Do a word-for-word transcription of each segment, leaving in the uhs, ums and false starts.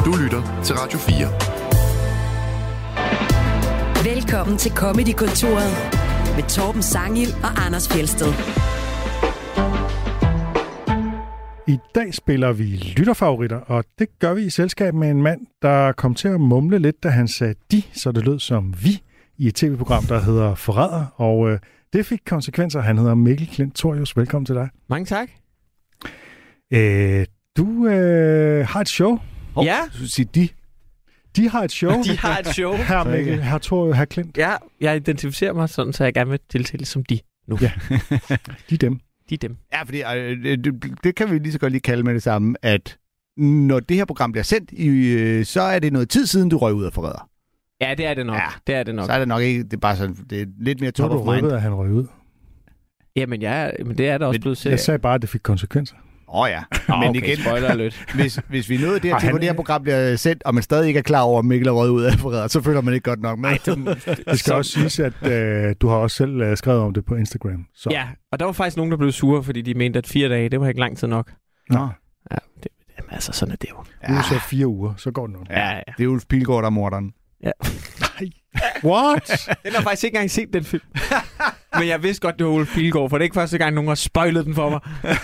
Du lytter til Radio fire. Velkommen til Comedy-kontoret med Torben Sangil og Anders Fjeldsted. I dag spiller vi lytterfavoritter, og det gør vi i selskab med en mand, der kom til at mumle lidt, da han sagde de, så det lød som vi, i et tv-program, der hedder Forræder, og øh, det fik konsekvenser. Han hedder Mikkel Klint Thorius. Velkommen til dig. Mange tak. Øh, du øh, har et show. Oh, ja. Du siger de. De har et show. De har et show. Her Mikkel, her Thorius, her Klint. Ja, jeg identificerer mig sådan, så jeg gerne vil tiltale som de nu. Ja, de dem. De dem. Ja, fordi øh, det, det kan vi lige så godt lige kalde med det samme, at når det her program bliver sendt, øh, så er det noget tid siden, du røg ud af Forræder. Ja, det er det nok. Ja, det er det nok. Så er det nok ikke, det er bare sådan, det er lidt mere top of mind. Nu har du røbet, at han røg ud. Jamen, ja, men det er der også men, blevet set. Jeg sagde bare, at det fik konsekvenser. Åh oh, ja. Oh, men okay, igen, spoiler alert. hvis, hvis vi nåede det her til, han... hvor det her program bliver sendt, og man stadig ikke er klar over, at Mikkel er røget ud af Forræder, så føler man ikke godt nok med. Ej, det, det skal også siges, at øh, du har også selv øh, skrevet om det på Instagram. Så. Ja, og der var faktisk nogen, der blev sure, fordi de mente, at fire dage, det var ikke lang tid nok. Nå. Ja, det, jamen, altså, sådan er det jo. Ja. Nu er så fire uger, så går det nok. Ja, ja. Det er Ulf Pilgaard, der er morderen. Ja. Nej. What? Den har faktisk ikke engang set, den film. Men jeg vidste godt, det var Ulf Pilgaard, for det er ikke første gang, nogen har spoilet den for mig.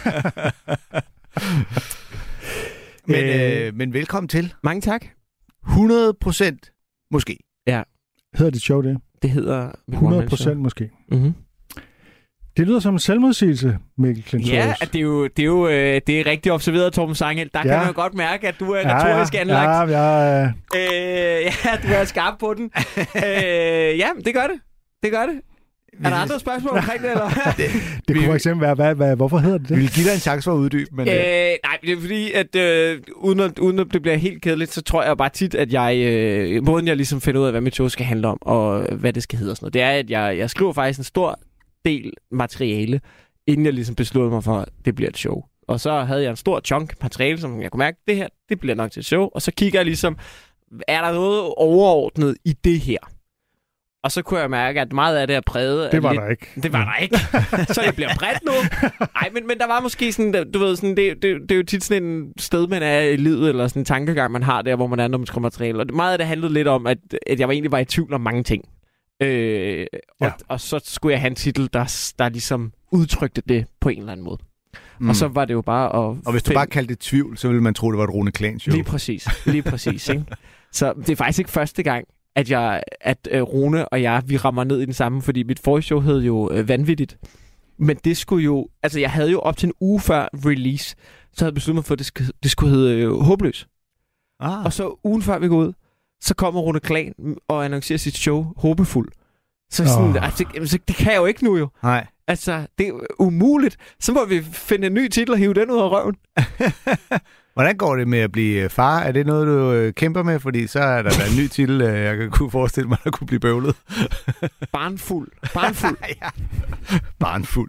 men, øh, men velkommen til. Mange tak. hundrede procent måske. Ja. Hedder dit show det? Det hedder... hundrede procent måske. Mhm. Det lyder som en selvmodsigelse, Mikkel Klint Thorius. Ja, det er jo, det er jo øh, det er rigtig observeret, Torben Sangel. Der ja. kan man jo godt mærke, at du er retorisk ja, ja. anlagt. Ja, ja, øh, ja, du er skarp på den. øh, ja, det gør det. Det gør det. Er der andre spørgsmål omkring det, eller? det, det kunne for eksempel være, hvad, hvad, hvorfor hedder det det? Vi vil give dig en chance for at uddybe, men... Øh, nej, det er fordi, at øh, uden, at, uden at det bliver helt kedeligt, så tror jeg bare tit, at jeg... Øh, måden, jeg ligesom finder ud af, hvad mit show skal handle om, og hvad det skal hedde og sådan noget, det er, at jeg, jeg skriver faktisk en stor del materiale, inden jeg ligesom besluttede mig for, at det bliver et show. Og så havde jeg en stor chunk materiale, som jeg kunne mærke, det her, det bliver nok til et show. Og så kigger jeg ligesom, er der noget overordnet i det her? Og så kunne jeg mærke, at meget af det er præget. Det var lidt... der ikke. Det var der ikke. Så det bliver bredt nu. Nej, men, men der var måske sådan, du ved, sådan, det, det, det er jo tit sådan en sted, man er i livet, eller sådan en tankegang, man har der, hvor man er, når man skriver materiale. Og meget af det handlede lidt om, at, at jeg egentlig var i tvivl om mange ting. Øh, og, ja. og så skulle jeg have en titel, der, der ligesom udtrykte det på en eller anden måde. Mm. Og så var det jo bare at... Og hvis du find... bare kaldte det tvivl, så ville man tro, det var et Rune Klan show. Lige præcis. Lige præcis, ikke? Så det er faktisk ikke første gang, at, jeg, at uh, Rune og jeg, vi rammer ned i den samme, fordi mit forrige show hed jo uh, Vanvittigt. Men det skulle jo... Altså, jeg havde jo op til en uge før release, så havde jeg besluttet mig for, at det skulle, det skulle hedde uh, Håbløs. Ah. Og så ugen før vi går ud, så kommer Rune Klan og annoncerer sit show Håbefuld. Så sådan, oh. altså, det, det kan jeg jo ikke nu jo. Nej. Altså, det er umuligt. Så må vi finde en ny titel og hive den ud af røven. Hvordan går det med at blive far? Er det noget, du kæmper med? Fordi så er der en ny titel, jeg kan kunne forestille mig, der kunne blive bøvlet. Barnfuld. Barnfuld. Ja. Barnfuld.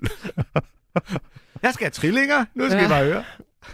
Jeg skal have trillinger. Nu skal ja. I bare høre.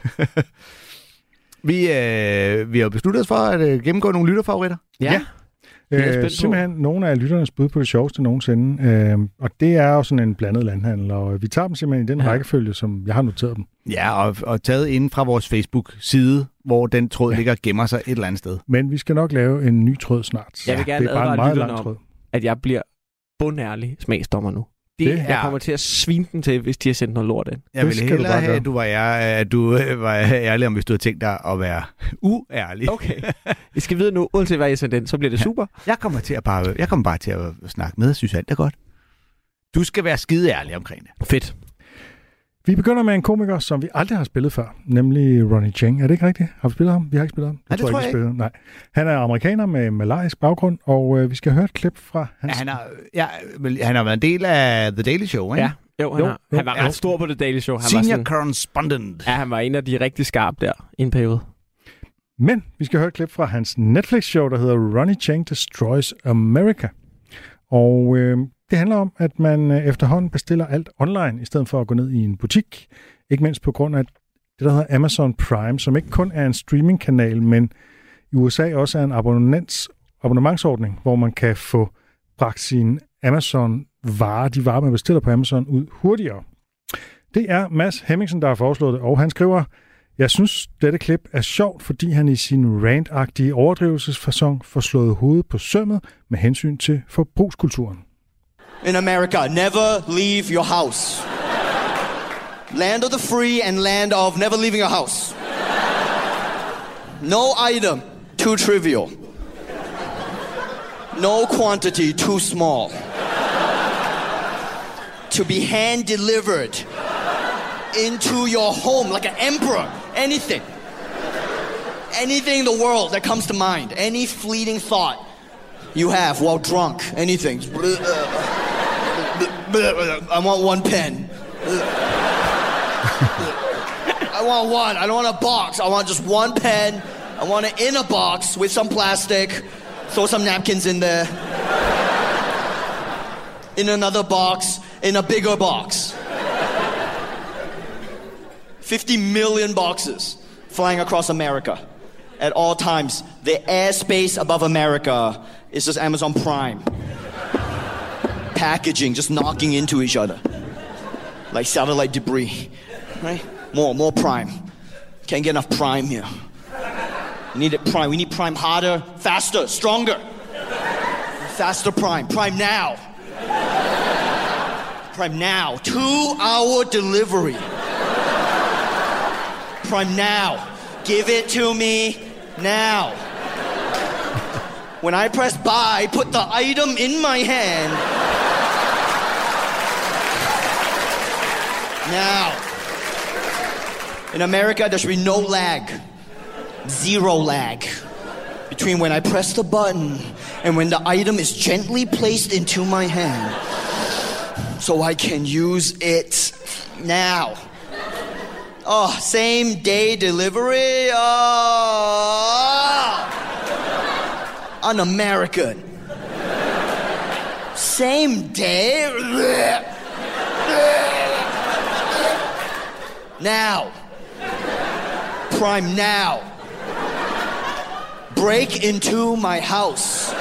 vi, øh, vi har besluttet os for at øh, gennemgå nogle lytterfavoritter. Ja. ja. Øh, simpelthen nogle af lytternes bud på det sjoveste nogensinde. Øh, og det er jo sådan en blandet landhandel, og vi tager dem simpelthen i den ja. rækkefølge, som jeg har noteret dem. Ja, og, og taget inden fra vores Facebook-side, hvor den tråd ja. ligger og gemmer sig et eller andet sted. Men vi skal nok lave en ny tråd snart. Jeg vil gerne det er bare en meget lang tråd. At jeg bliver bundærlig smagsdommer nu. Det, det jeg kommer til at svine den til, hvis de har sendt noget lort ind. Jeg ville hellere have, at du var, ær- at du var ærlig, om hvis du havde tænkt dig at være uærlig. Okay. I skal vide nu, uanset hvad jeg sender den, så bliver det super. Jeg kommer, til at bare, jeg kommer bare til at snakke med, synes alt er godt. Du skal være skide ærlig omkring det. Fedt. Vi begynder med en komiker, som vi aldrig har spillet før, nemlig Ronny Cheng. Er det ikke rigtigt? Har vi spillet ham? Vi har ikke spillet ham. Nej, det tror jeg ikke. Spillet. Nej. Han er amerikaner med malaisk baggrund, og øh, vi skal høre et klip fra hans... Ja, han har, ja, han har været en del af The Daily Show, ikke? Ja, jo, han, jo, har, han var jo. ret stor på The Daily Show. Han Senior var sådan, correspondent. Ja, han var en af de rigtig skarpe der i en periode. Men vi skal høre et klip fra hans Netflix-show, der hedder Ronny Cheng Destroys America. Og øh, det handler om, at man øh, efterhånden bestiller alt online, i stedet for at gå ned i en butik. Ikke mindst på grund af det, der hedder Amazon Prime, som ikke kun er en streamingkanal, men i U S A også er en abonnents, abonnementsordning, hvor man kan få bragt sine Amazon-varer, de varer, man bestiller på Amazon, ud hurtigere. Det er Mads Hemmingsen, der har foreslået det, og han skriver: Jeg synes, dette klip er sjovt, fordi han i sin rant-agtige overdrivelsesfacon får slået hovedet på sømmet med hensyn til forbrugskulturen. In America, never leave your house. Land of the free and land of never leaving your house. No item too trivial. No quantity too small. To be hand-delivered into your home like an emperor. Anything. Anything in the world that comes to mind. Any fleeting thought you have while drunk. Anything. I want one pen. I want one. I don't want a box. I want just one pen. I want it in a box with some plastic. Throw some napkins in there. In another box. In a bigger box. fifty million boxes flying across America at all times. The airspace above America is just Amazon Prime. Packaging just knocking into each other. Like satellite debris. Right? More, more Prime. Can't get enough Prime here. We need it Prime. We need Prime harder, faster, stronger. Faster Prime. Prime now. Prime now. Two-hour delivery. Prime now. Give it to me now. When I press buy, put the item in my hand. Now. In America, there should be no lag. Zero lag. Between when I press the button and when the item is gently placed into my hand. So I can use it now. Oh, same day delivery? Oh, un-American. Same day? Now. Prime now. Break into my house.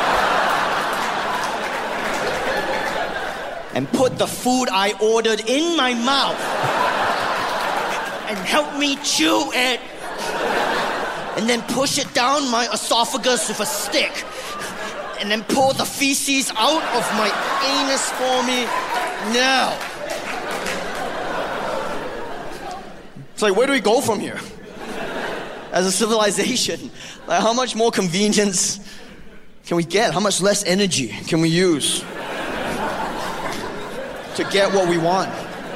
And put the food I ordered in my mouth. And help me chew it. And then push it down my esophagus with a stick. And then pull the feces out of my anus for me now. It's like, where do we go from here? As a civilization, like how much more convenience can we get? How much less energy can we use to get what we want?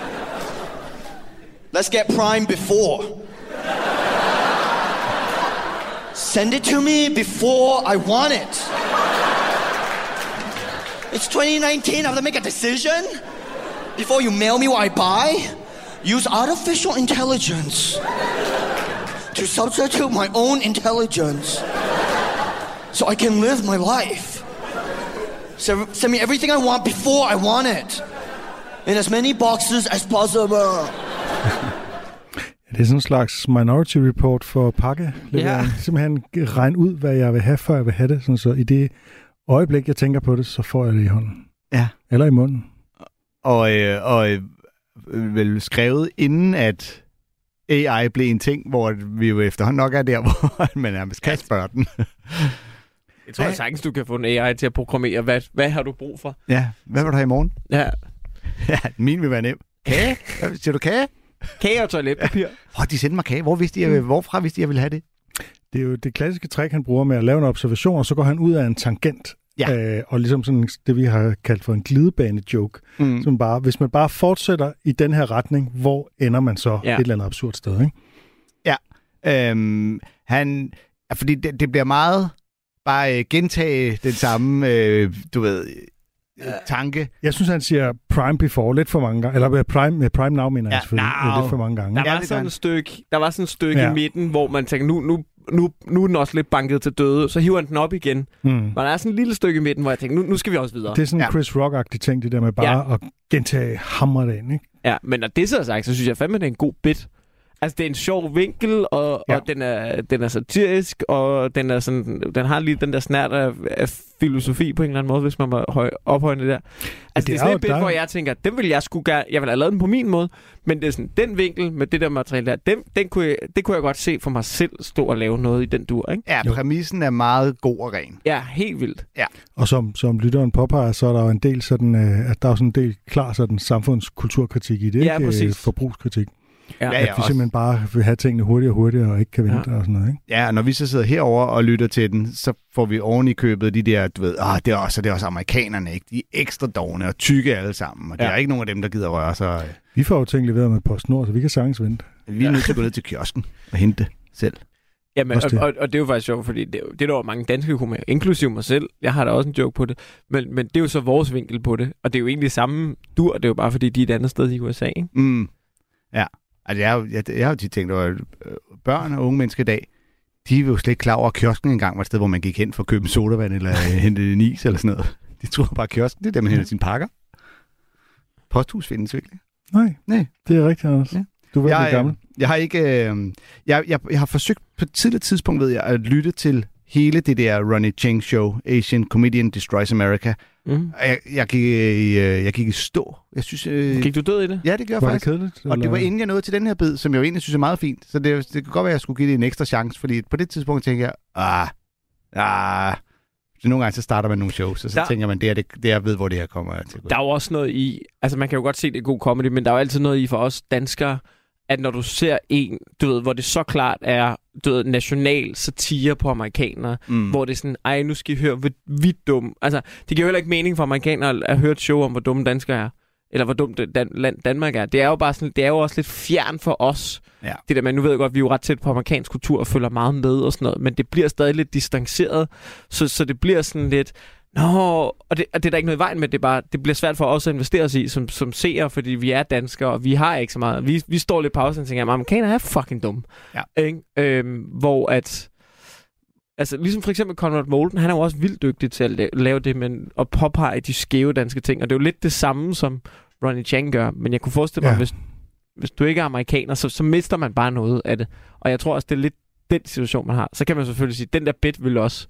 Let's get Prime before. Send it to me before I want it. It's twenty nineteen, I have to make a decision before you mail me what I buy. Use artificial intelligence to substitute my own intelligence so I can live my life. So send me everything I want before I want it. In as many boxes as possible. Det er sådan en slags Minority Report for pakke. Ja. Simpelthen regne ud, hvad jeg vil have, før jeg vil have det. Sådan så i det øjeblik, jeg tænker på det, så får jeg det i hånden. Ja. Eller i munden. Og, øh, og øh, vel skrevet inden, at A I blev en ting, hvor vi jo efterhånden nok er der, hvor man nærmest kan spørge den. Jeg tror sagtens, du kan få en A I til at programmere. Hvad, hvad har du brug for? Ja, hvad vil du have i morgen? Ja. Ja, min vil være nem. Kage? Siger du kage? Kage og toiletpapir. Åh, oh, de sendte mig kage. Hvor vidste de, hvorfra vidste de, jeg ville have det? Det er jo det klassiske trick, han bruger med at lave en observation, og så går han ud af en tangent. Ja. Øh, og ligesom sådan det, vi har kaldt for en glidebane-joke. Mm. Som bare, hvis man bare fortsætter i den her retning, hvor ender man så ja. et eller andet absurd sted, ikke? Ja. Øhm, han, ja, fordi det, det bliver meget bare øh, gentage den samme, øh, du ved, øh, tanke. Jeg synes, han siger prime before lidt for mange gange. Eller prime, prime now, mener jeg ja, selvfølgelig. No. Lidt for mange gange. Der var, ja, sådan et stykke, der var sådan et stykke ja. i midten, hvor man tænker, nu, nu, nu, nu er den også lidt banket til døde. Så hiver han den op igen. Mm. Men der er sådan et lille stykke i midten, hvor jeg tænker, nu, nu skal vi også videre. Det er sådan en ja. Chris Rock-agtig ting, det der med bare ja. at gentage hamre det ind, ikke? Ja, men når det så er sagt, så synes jeg fandme, det er en god bit. Altså, det er en sjov vinkel, og, ja. og den, er, den er satirisk, og den, er sådan, den har lige den der snært af, af filosofi på en eller anden måde, hvis man må høj, ophøjne det der. Altså, det, det er sådan et billede, hvor jeg tænker, den vil jeg sgu gerne... Jeg vil have lavet den på min måde, men det er sådan, den vinkel med det der materiale der, den, den kunne jeg, det kunne jeg godt se for mig selv stå og lave noget i den dur, ikke? Ja, præmissen er meget god og ren. Ja, helt vildt. Ja. Og som, som lytteren påpeger, så er der jo en del sådan, øh, at der er sådan en del klar sådan samfundskulturkritik i det, ja, ikke? Præcis. Forbrugskritik. Ja, at ja, ja, vi også. simpelthen bare vil have tingene hurtigere og hurtigere, og ikke kan vente ja. og sådan noget, ikke? Ja, og når vi så sidder herover og lytter til den, så får vi oven i købet de der, du ved, ah, det er også, det er også amerikanerne, ikke? De er ekstra dovne og tykke alle sammen, og ja. Der er ikke nogen af dem, der gider røre sig. Vi får jo ting leveret med PostNord, så vi kan sagtens vente. Vi er ja. nødt til at gå ned til kiosken og hente det selv. Jamen, og, og, og det er jo faktisk sjovt, fordi det, det er der jo mange danske komikere, inklusive mig selv. Jeg har da også en joke på det. Men, men det er jo så vores vinkel på det. Og det er jo egentlig samme dur, det er jo bare fordi, de er et andet sted i U S A, ikke? Mm. Ja, altså jeg har jo, jeg, jeg har jo tit tænkt over, at børn og unge mennesker i dag, de er jo slet ikke klar over, at kiosken engang var et sted, hvor man gik hen for at købe en sodavand eller hente en is eller sådan noget. De tror bare, at kiosken, det er der, man henter sine pakker. Posthus findes virkelig. Nej, Nej. Det er rigtigt, Anders. Ja. Du ved, jeg, det gammel. Jeg har ikke... Øh, jeg, jeg, jeg har forsøgt på et tidligt tidspunkt, ved jeg, at lytte til hele det der Ronny Cheng show, Asian Comedian Destroys America. Mm. Jeg, jeg, gik, øh, jeg gik i stå. Jeg synes, øh, gik du død i det? Ja, det gjorde jeg var faktisk. Det kedeligt, og det var inden jeg nåede til den her bid, som jeg jo egentlig synes er meget fint. Så det, det kan godt være, at jeg skulle give det en ekstra chance, fordi på det tidspunkt tænker jeg, ah, ah. Så nogle gange så starter man nogle shows, og så der, tænker man, det er det, det jeg ved, hvor det her kommer til at gå. Der er jo også noget i, altså man kan jo godt se, det er god comedy, men der er jo altid noget i for os danskere, at når du ser en, du ved, hvor det så klart er, du ved, national satire på amerikanere, mm. hvor det er sådan, ej, nu skal I høre, hvor vi dumme. Altså, det giver jo heller ikke mening for amerikanere at høre et show om, hvor dumme danskere er. Eller hvor dumt Dan- land Danmark er. Det er jo bare sådan, det er jo også lidt fjern for os. Ja. Det der, men nu ved jeg godt, vi er jo ret tæt på amerikansk kultur og følger meget med og sådan noget, men det bliver stadig lidt distanceret, så, så det bliver sådan lidt, nå, og det, og det er der ikke noget i vejen med, det er bare, det bliver svært for os at investere os i som, som seere, fordi vi er danskere, og vi har ikke så meget. Vi, vi står lidt på pausen og tænker, at amerikanere er fucking dumme. Ja. Ikke? Øhm, hvor at, altså ligesom for eksempel Conrad Molden, han er jo også vildt dygtig til at lave det, men at påpege de skæve danske ting, og det er jo lidt det samme, som Ronny Cheng gør, men jeg kunne forestille mig, ja. hvis, hvis du ikke er amerikaner, så, så mister man bare noget af det. Og jeg tror også, det er lidt den situation, man har. Så kan man selvfølgelig sige, at den der bit vil også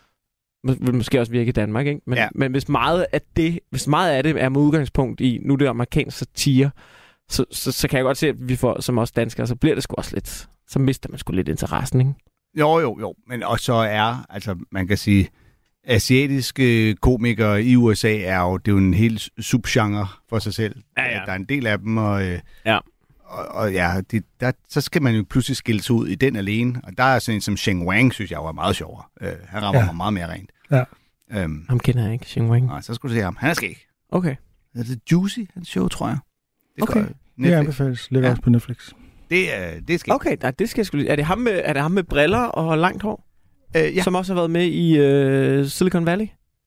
vil måske også virke i Danmark, ikke? Men, ja. men hvis meget af det, hvis meget af det er med udgangspunkt i, nu er det amerikansk satire, så, så, så kan jeg godt se, at vi får, som også danskere, så bliver det sgu også lidt, så mister man sgu lidt interessen, ikke? Jo, jo, jo. Men også så er, altså man kan sige, asiatiske komikere i U S A er jo, det er jo en hel subgenre for sig selv. Ja, ja. Der er en del af dem, og, ja. og, og ja, det, der, så skal man jo pludselig skille sig ud i den alene. Og der er sådan en som Sheng Wang, synes jeg var meget sjovere. Uh, han rammer ja. mig meget mere rent. Ja. Um, ham kender jeg ikke, Sheng Wang. Nej, så skulle du se ham. Han er skæg. Okay. Det er Juicy, hans show, tror jeg. Det okay. Det anbefales. Ligger ja. også på Netflix. Det er, det er skæg. Okay, nej, det skal jeg sgu lige. Er det ham med, er det ham med briller og langt hår? Uh, ja. Som også har været med i uh, Silicon Valley?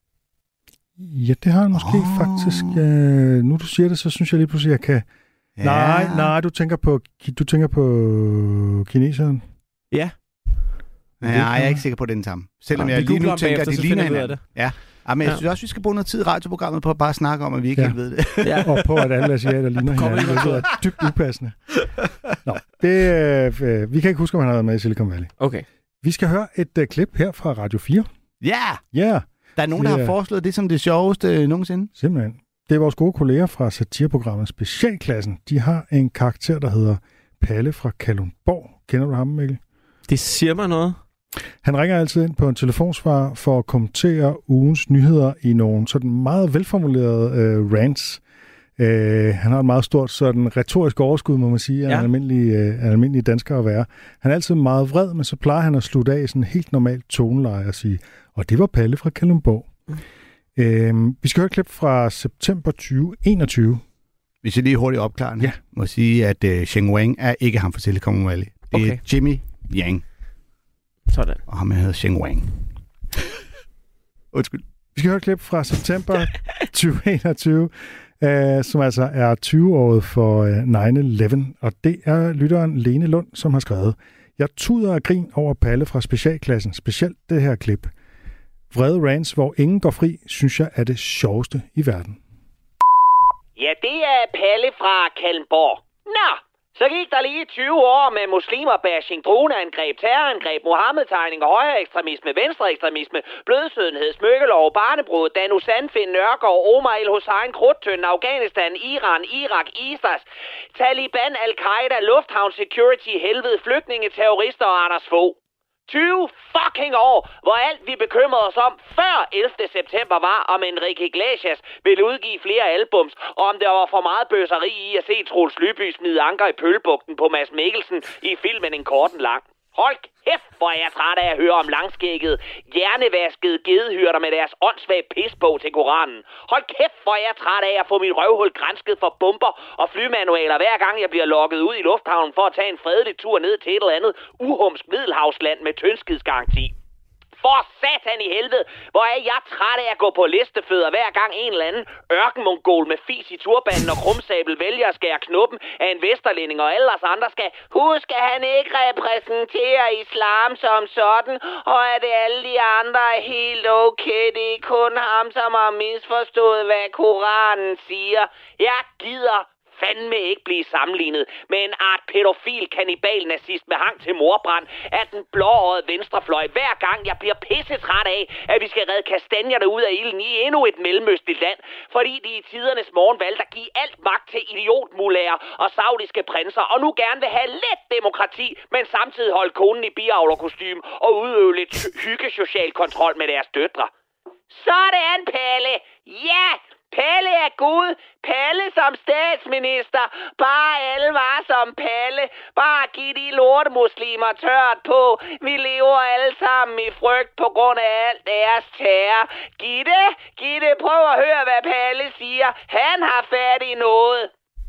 Ja, det har han måske oh. faktisk. Uh, nu du siger det, så synes jeg lige pludselig, jeg kan... Ja. Nej, nej, du tænker på, du tænker på kineseren. Ja. Ja, jeg er ikke sikker på den samme. Selvom ja, jeg lige nu tænker, at de ligner hinanden. Ja. Ja, men jeg synes også, vi skal bruge noget tid i radioprogrammet på at bare snakke om, at vi ikke ja. helt ved det. Ja. Og på, at alle asiater ligner hinanden. Det er dybt upassende. Nå, det, øh, vi kan ikke huske, om han har været med i Silicon Valley. Okay. Vi skal høre et uh, klip her fra Radio fire. Ja! Yeah. Ja! Yeah. Der er nogen, der har foreslået det som det sjoveste nogensinde. Simpelthen. Det er vores gode kolleger fra satireprogrammet Specialklassen. De har en karakter, der hedder Palle fra Kalundborg. Kender du ham, Mikkel? Det siger mig noget. Han ringer altid ind på en telefonsvar for at kommentere ugens nyheder i nogle sådan meget velformulerede øh, rants. Øh, han har et meget stort sådan retorisk overskud, må man sige, af ja. en almindelig, øh, en almindelig dansker at være. Han er altid meget vred, men så plejer han at slutte af i sådan en helt normalt toneleje og sige, og det var Palle fra Kalundborg. Mm. Øh, vi skal høre et klip fra september tyve enogtyve. Hvis jeg lige hurtigt opklarer ja. må sige, at uh, Sheng Wang er ikke ham fra Silicon Valley. Det okay. er Jimmy Yang. Sådan. Og ham hedder Sheng Wang. Undskyld. Vi skal høre et klip fra september tyve enogtyve, uh, som altså er tyve-året for uh, nine eleven. Og det er lytteren Lene Lund, som har skrevet, jeg tuder af grin over Palle fra Specialklassen, specielt det her klip. Vrede rants, hvor ingen går fri, synes jeg er det sjoveste i verden. Ja, det er Palle fra Kalundborg. Nå, Så gik der lige tyve år med muslimer-bashing, droneangreb, terrorangreb, Mohammed-tegning, højreekstremisme, venstreekstremisme, blødsødenhed, smykkelov, barnebrud, Danu Sandfind, Nørgaard, Omar El-Hussein, Krudtønden, Afghanistan, Iran, Irak, ISAS, Taliban, Al-Qaida, Lufthavn Security, helvede, flygtninge, terrorister og Anders Fogh. tyve fucking år, hvor alt vi bekymrede os om før ellevte september var, om Enrique Iglesias ville udgive flere albums, og om der var for meget bøseri i at se Troels Lyby smide anker i pølbugten på Mads Mikkelsen i filmen En Korten Lang. Hold kæft, hvor er jeg træt af at høre om langskægget, hjernevaskede gedehyrder med deres åndssvage pisbog til Koranen. Hold kæft, hvor er jeg træt af at få mit røvhul gransket for bomber og flymanualer, hver gang jeg bliver lokket ud i lufthavnen for at tage en fredelig tur ned til et eller andet uhumsk middelhavsland med tyndskidsgaranti. For satan i helvede, hvor er jeg træt af at gå på listefødder, hver gang en eller anden ørkenmongol med fis i turbanen og krumsabel vælger at skære knuppen af en vesterlænding, og alle os andre skal huske, at han ikke repræsenterer islam som sådan, og at alle de andre er helt okay. Det er kun ham, som har misforstået, hvad Koranen siger. Jeg gider fandme ikke blive sammenlignet med en art pædofil kannibal-nazist med hang til mordbrand af den blåøjede venstrefløj, hver gang jeg bliver pissetræt af, at vi skal redde kastanjerne ud af ilden i endnu et mellemøstligt land, fordi de i tidernes morgen valgte at give alt magt til idiotmulærer og saudiske prinser, og nu gerne vil have lidt demokrati, men samtidig holde konen i biavlerkostyme og udøve lidt hyggesocial kontrol med deres døtre. Sådan, Palle! Ja! Palle er Gud. Palle som statsminister. Bare alle var som Palle. Bare giv de lortemuslimer tørt på. Vi lever alle sammen i frygt på grund af alt deres terror. Gitte, Gitte, prøv at høre, hvad Palle siger. Han har fat i noget.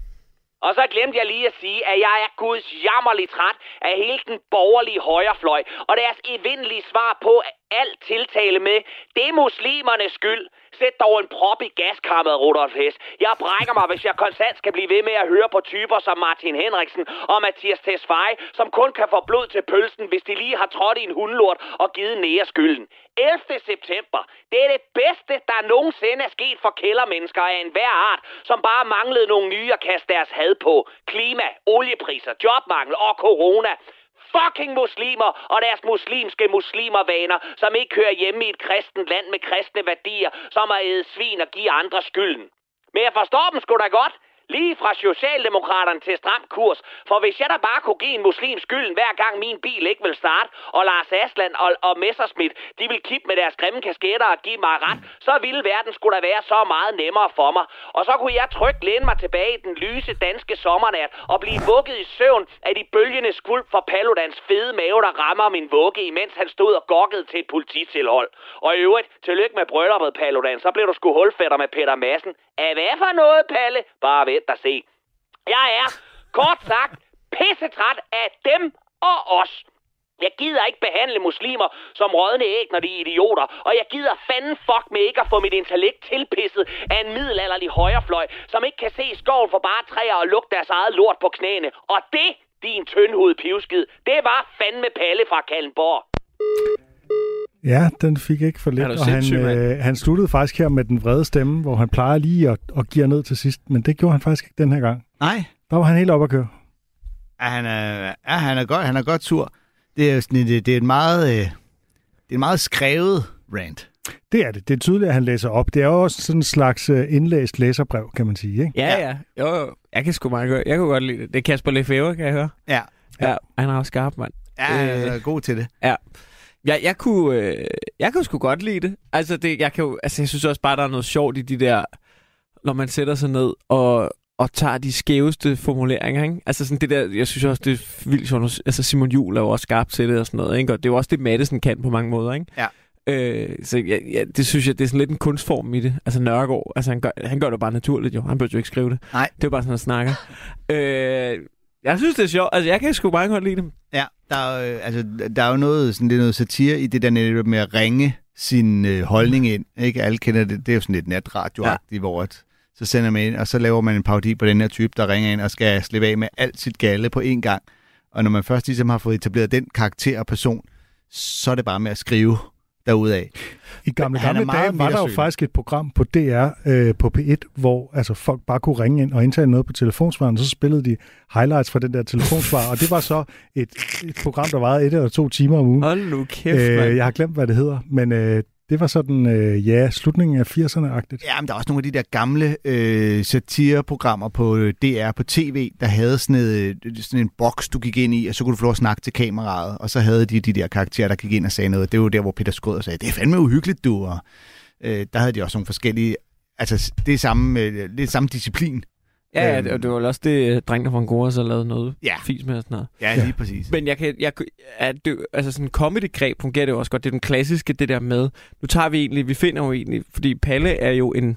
Og så glemte jeg lige at sige, at jeg er guds jammerligt træt af hele den borgerlige højrefløj, og deres evindelige svar på alt tiltale med, det er muslimernes skyld. Sæt dog en prop i gaskammeret, Rudolf Hess. Jeg brækker mig, hvis jeg konstant skal blive ved med at høre på typer som Martin Henriksen og Mathias Tesfaye, som kun kan få blod til pølsen, hvis de lige har trådt i en hundelort og givet nære skylden. ellevte september, det er det bedste, der nogensinde er sket for kældermennesker af enhver art, som bare manglede nogle nye at kaste deres had på. Klima, oliepriser, jobmangel og corona. Fucking muslimer og deres muslimske muslimervaner, som ikke hører hjemme i et kristent land med kristne værdier, som at æde svin og give andre skylden. Men jeg forstår dem sgu da godt. Lige fra Socialdemokraterne til stram kurs. For hvis jeg da bare kunne give en muslim skylden, hver gang min bil ikke vil starte, og Lars Aslan og, og Messerschmidt, de vil kippe med deres grimme kasketter og give mig ret, så ville verden skulle da være så meget nemmere for mig. Og så kunne jeg trygt læne mig tilbage i den lyse danske sommernat og blive vugget i søvn af de bølgende skvulp for Paludans fede mave, der rammer min vugge, imens han stod og gokkede til et polititilhold. Og i øvrigt, tillykke med brylluppet, Paludan, så blev du sgu hulfætter med Peter Madsen. Er hvad for noget, Palle? Bare vent og se. Jeg er, kort sagt, pissetræt af dem og os. Jeg gider ikke behandle muslimer som rådne æg, når de er idioter. Og jeg gider fanden fuck med ikke at få mit intellekt tilpisset af en middelalderlig højrefløj, som ikke kan se skoven for bare træer og lugte deres eget lort på knæene. Og det, din tyndhudet pivskid, det var fandme Palle fra Kallenborg. Ja, den fik ikke for lidt, og han, øh, han sluttede faktisk her med den vrede stemme, hvor han plejer lige at, at give ned til sidst, men det gjorde han faktisk ikke den her gang. Nej. Der var han helt op at køre. Ja, han er, ja, han er godt, han er godt sur. Det er sådan, det, det er et meget, øh, det er en meget skrevet rant. Det er det. Det er tydeligt, at han læser op. Det er jo også sådan en slags indlæst læserbrev, kan man sige, ikke? Ja, ja. Jo, jo. Jeg kan sgu meget godt. Jeg kan godt lide det. Det er Kasper Lefebvre, kan jeg høre. Ja. Ja, han er også skarp, mand. Ja, han er god til det. Ja. Ja, jeg kunne, øh, jeg kunne sgu godt lide det. Altså, det, jeg, kan jo, altså, jeg synes også bare, der er noget sjovt i de der, når man sætter sig ned og, og tager de skæveste formuleringer, ikke? Altså sådan det der, jeg synes også, det er vildt sjovt. Altså, Simon Juhl er jo også skarp til det og sådan noget, ikke? Og det er jo også det, Madsen kan på mange måder, ikke? Ja. Øh, så ja, ja, det synes jeg, det er sådan lidt en kunstform i det. Altså Nørgaard, altså han gør, han gør det bare naturligt, jo. Han burde jo ikke skrive det. Nej. Det er jo bare sådan, han snakker. øh, jeg synes, det er sjovt. Altså, jeg kan sgu meget godt lide dem. Ja, der er, øh, altså, der er jo noget, sådan, det er noget satire i det der netop med at ringe sin øh, holdning ind. Ikke? Alle kender det. Det er jo sådan lidt natradioagtigt, ja. Hvor et, så sender man ind, og så laver man en parodi på den her type, der ringer ind og skal slippe af med alt sit galle på én gang. Og når man først ligesom har fået etableret den karakter og person, så er det bare med at skrive derudad. I gamle, Han er gamle meget dage var der jo midtersøgende. faktisk et program på D R øh, på P et, hvor altså, folk bare kunne ringe ind og indtale noget på telefonsvaren, så spillede de highlights fra den der telefonsvar, og det var så et, et program, der varede et eller to timer om ugen. Hold nu kæft, øh, mand. Jeg har glemt, hvad det hedder, men øh, det var sådan, øh, ja, slutningen af firserne-agtigt. Ja, men der er også nogle af de der gamle øh, satireprogrammer på D R på tv, der havde sådan, et, sådan en boks, du gik ind i, og så kunne du få lov at snakke til kameraet, og så havde de de der karakterer, der gik ind og sagde noget. Det var jo der, hvor Peter Skrøder sagde, det er fandme uhyggeligt, du. Og, øh, der havde de også nogle forskellige, altså det er samme, øh, det er samme disciplin. Ja, Øhm. ja, det var vel også det, drengene fra Angora så lavede noget Ja. fis med og sådan noget. Ja, lige præcis. Men jeg kan, jeg, at det, altså sådan en comedy-greb fungerer det jo også godt. Det er den klassiske, det der med, nu tager vi egentlig, vi finder jo egentlig, fordi Palle er jo en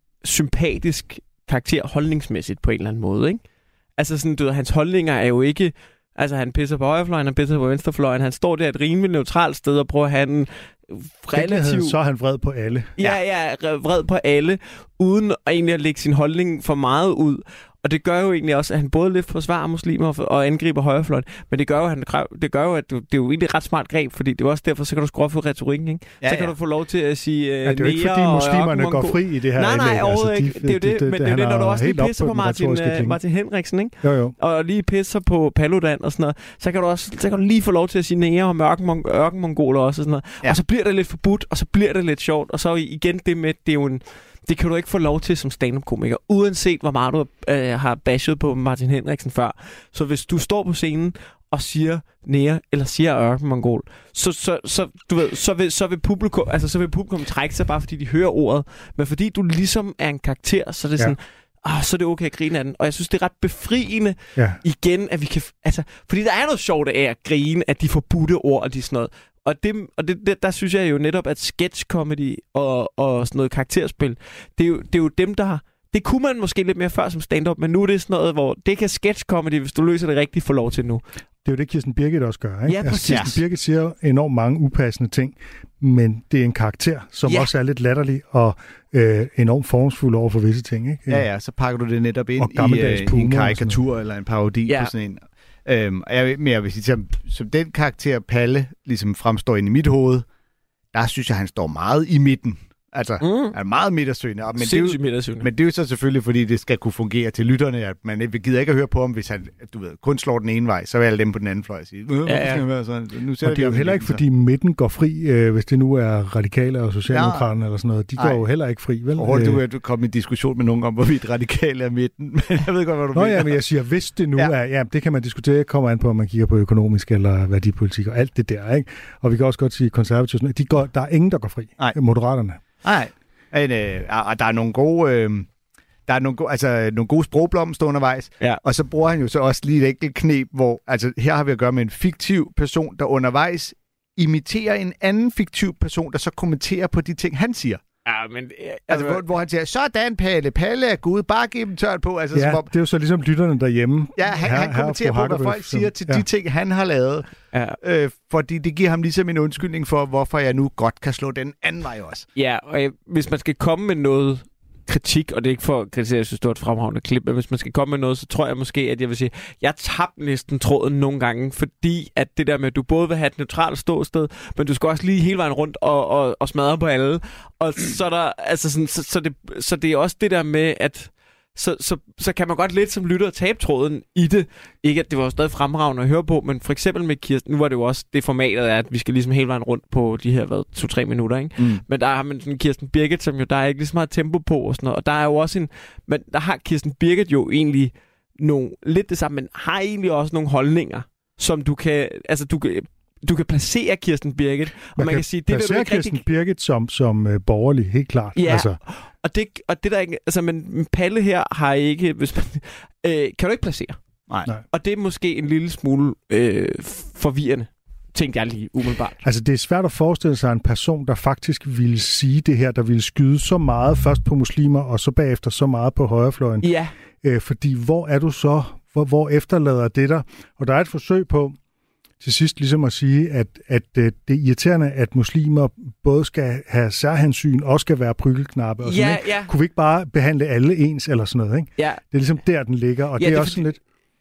sympatisk karakter holdningsmæssigt på en eller anden måde, ikke? Altså sådan, du ved, hans holdninger er jo ikke, altså han pisser på højrefløjen, han pisser på venstrefløjen, han står der et rimelig neutralt sted og prøver at have en relativt... Så er han vred på alle. Ja, ja, vred på alle, uden egentlig at lægge sin holdning for meget ud. Og det gør jo egentlig også, at han både lidt forsvarer muslimer og angriber højrefløjen, men det gør jo, at, han, det gør jo, at du, det er jo egentlig et ret smart greb, fordi det er også derfor, så kan du skrue for retorikken, ikke? Ja, så kan ja. du få lov til at sige uh, Ja, det er jo ikke, fordi muslimerne går fri i det her. Nej, nej, indlæg. overhovedet Altså, ikke. Det er jo det, men det er jo det, når du også lige pisser på Martin, uh, Martin Henriksen, ikke? Jo, jo. Og lige pisser på Paludan og sådan noget, så kan du også så kan du lige få lov til at sige nære om ørkenmong- ørkenmongoler også og sådan noget. Ja. Og så bliver det lidt forbudt, og så bliver det lidt sjovt, og så igen det med, det er jo en... Det kan du ikke få lov til som stand-up-komiker, uanset hvor meget du øh, har bashet på Martin Henriksen før. Så hvis du står på scenen og siger nære, eller siger ørkenmongol, så, så, så, du ved, så, vil, så, vil publikum, altså, så vil publikum trække sig, bare fordi de hører ordet. Men fordi du ligesom er en karakter, så er det Ja. sådan... Oh, så er det okay at grine af den. Og jeg synes, det er ret befriende Ja. igen, at vi kan... Altså, fordi der er noget sjovt af at grine af de forbudte ord og de sådan noget. Og, det, og det, det, der synes jeg jo netop, at sketch-comedy og, og sådan noget karakterspil, det er, jo, det er jo dem, der... Det kunne man måske lidt mere før som stand-up, men nu er det sådan noget, hvor det kan sketch-comedy, hvis du løser det rigtigt, få lov til nu. Det er jo det, Kirsten Birgit også gør, ikke? Ja, præcis. Altså, Kirsten Birgit siger jo enormt mange upassende ting, men det er en karakter, som Ja. også er lidt latterlig og øh, enormt formsfuld over for visse ting, ikke? Ja, ja, så pakker du det netop ind Og i, gammeldags øh, i Puma en og sådan karikatur eller en parodi Ja. på sådan en. Øhm, og jeg, men jeg vil sige, som, som den karakter Palle ligesom fremstår ind i mit hoved, der synes jeg, han står meget i midten. Altså, Mm. han er meget midtersøgende. Og- Men det, er Sindssygt jo, midtersøgende. men det er jo så selvfølgelig, fordi det skal kunne fungere til lytterne, at man ikke gider ikke at høre på ham, hvis han, du ved, kun slår den ene vej, så vil alle dem på den anden fløj sige, "Øh, hvorfor Ja, ja. skal han være sådan? Nu Og det er jo heller ikke, fordi midten går fri, øh, hvis det nu er radikale og socialdemokraterne eller sådan noget. De går Nej. jo heller ikke fri, vel? Og du Øh, er du kommet i diskussion med nogen om, hvorvidt radikale er midten, men jeg ved godt, hvad du Nå mener. ja, men jeg siger, hvis det nu Ja. er... Ja, det kan man diskutere. Kommer an på, om man kigger på økonomisk eller værdipolitik og alt det der, ikke? Og vi kan også godt sige konservative. De går, der er ingen, der går fri. Nej. Moderaterne. Nej, men, øh, og der er nogle gode, øh, der er nogle gode, altså nogle gode sprogblomster undervejs, Ja. og så bruger han jo så også lige et enkelt knep, hvor altså her har vi at gøre med en fiktiv person, der undervejs imiterer en anden fiktiv person, der så kommenterer på de ting, han siger. Ja, men... Altså, hvor, hvor han siger, sådan Palle, Palle er Gud, bare giv dem tørt på. Altså, Ja, som om, det er jo så ligesom lytterne derhjemme. ja, han, Her- han her kommenterer fru på, hvad Hakkebøf, folk siger til ja. de ting, han har lavet, Ja. øh, fordi det giver ham ligesom en undskyldning for, hvorfor jeg nu godt kan slå den anden vej også. Ja, og jeg, hvis man skal komme med noget kritik, og det er ikke for at kritisere, jeg synes, det var et fremragende klip, men hvis man skal komme med noget, så tror jeg måske, at jeg vil sige, jeg tabte næsten tråden nogle gange, fordi at det der med, at du både vil have et neutralt ståsted, men du skal også lige hele vejen rundt og, og, og smadre på alle. Og så er der, altså sådan, så, så, det, så det er også det der med, at så, så, så kan man godt lidt som lytter tabe tråden i det. Ikke at det var jo stadig fremragende at høre på, men for eksempel med Kirsten, nu var det jo også det formatet af, at vi skal ligesom hele vejen rundt på de her, hvad, to-tre minutter, ikke? Mm. Men der har man sådan Kirsten Birgit, som jo, der er ikke lige så meget tempo på og sådan noget. Og der er jo også en... Men der har Kirsten Birgit jo egentlig nogle, lidt det samme, men har egentlig også nogle holdninger, som du kan... Altså, du kan... Du kan placere Kirsten Birgit, og man, man kan, kan sige, det vil du placere ikke Kirsten rigtig... Birgit som, som øh, borgerlig, helt klart. Ja, Altså, og det, og det der ikke... Altså, men Palle her har ikke... Hvis man, øh, kan du ikke placere. Nej. Nej. Og det er måske en lille smule øh, forvirrende, tænkte jeg lige umiddelbart. altså, det er svært at forestille sig en person, der faktisk ville sige det her, der ville skyde så meget først på muslimer, og så bagefter så meget på højrefløjen. Ja, Øh, fordi hvor er du så? Hvor, hvor efterlader det dig? Og der er et forsøg på til sidst ligesom at sige, at, at øh, det er irriterende, at muslimer både skal have særhensyn og skal være prygelknappe. Og sådan, ja, ikke? ja. Kunne vi ikke bare behandle alle ens eller sådan noget? Ikke? ja. Det er ligesom der, den ligger, og Ja, det er det er også sådan lidt...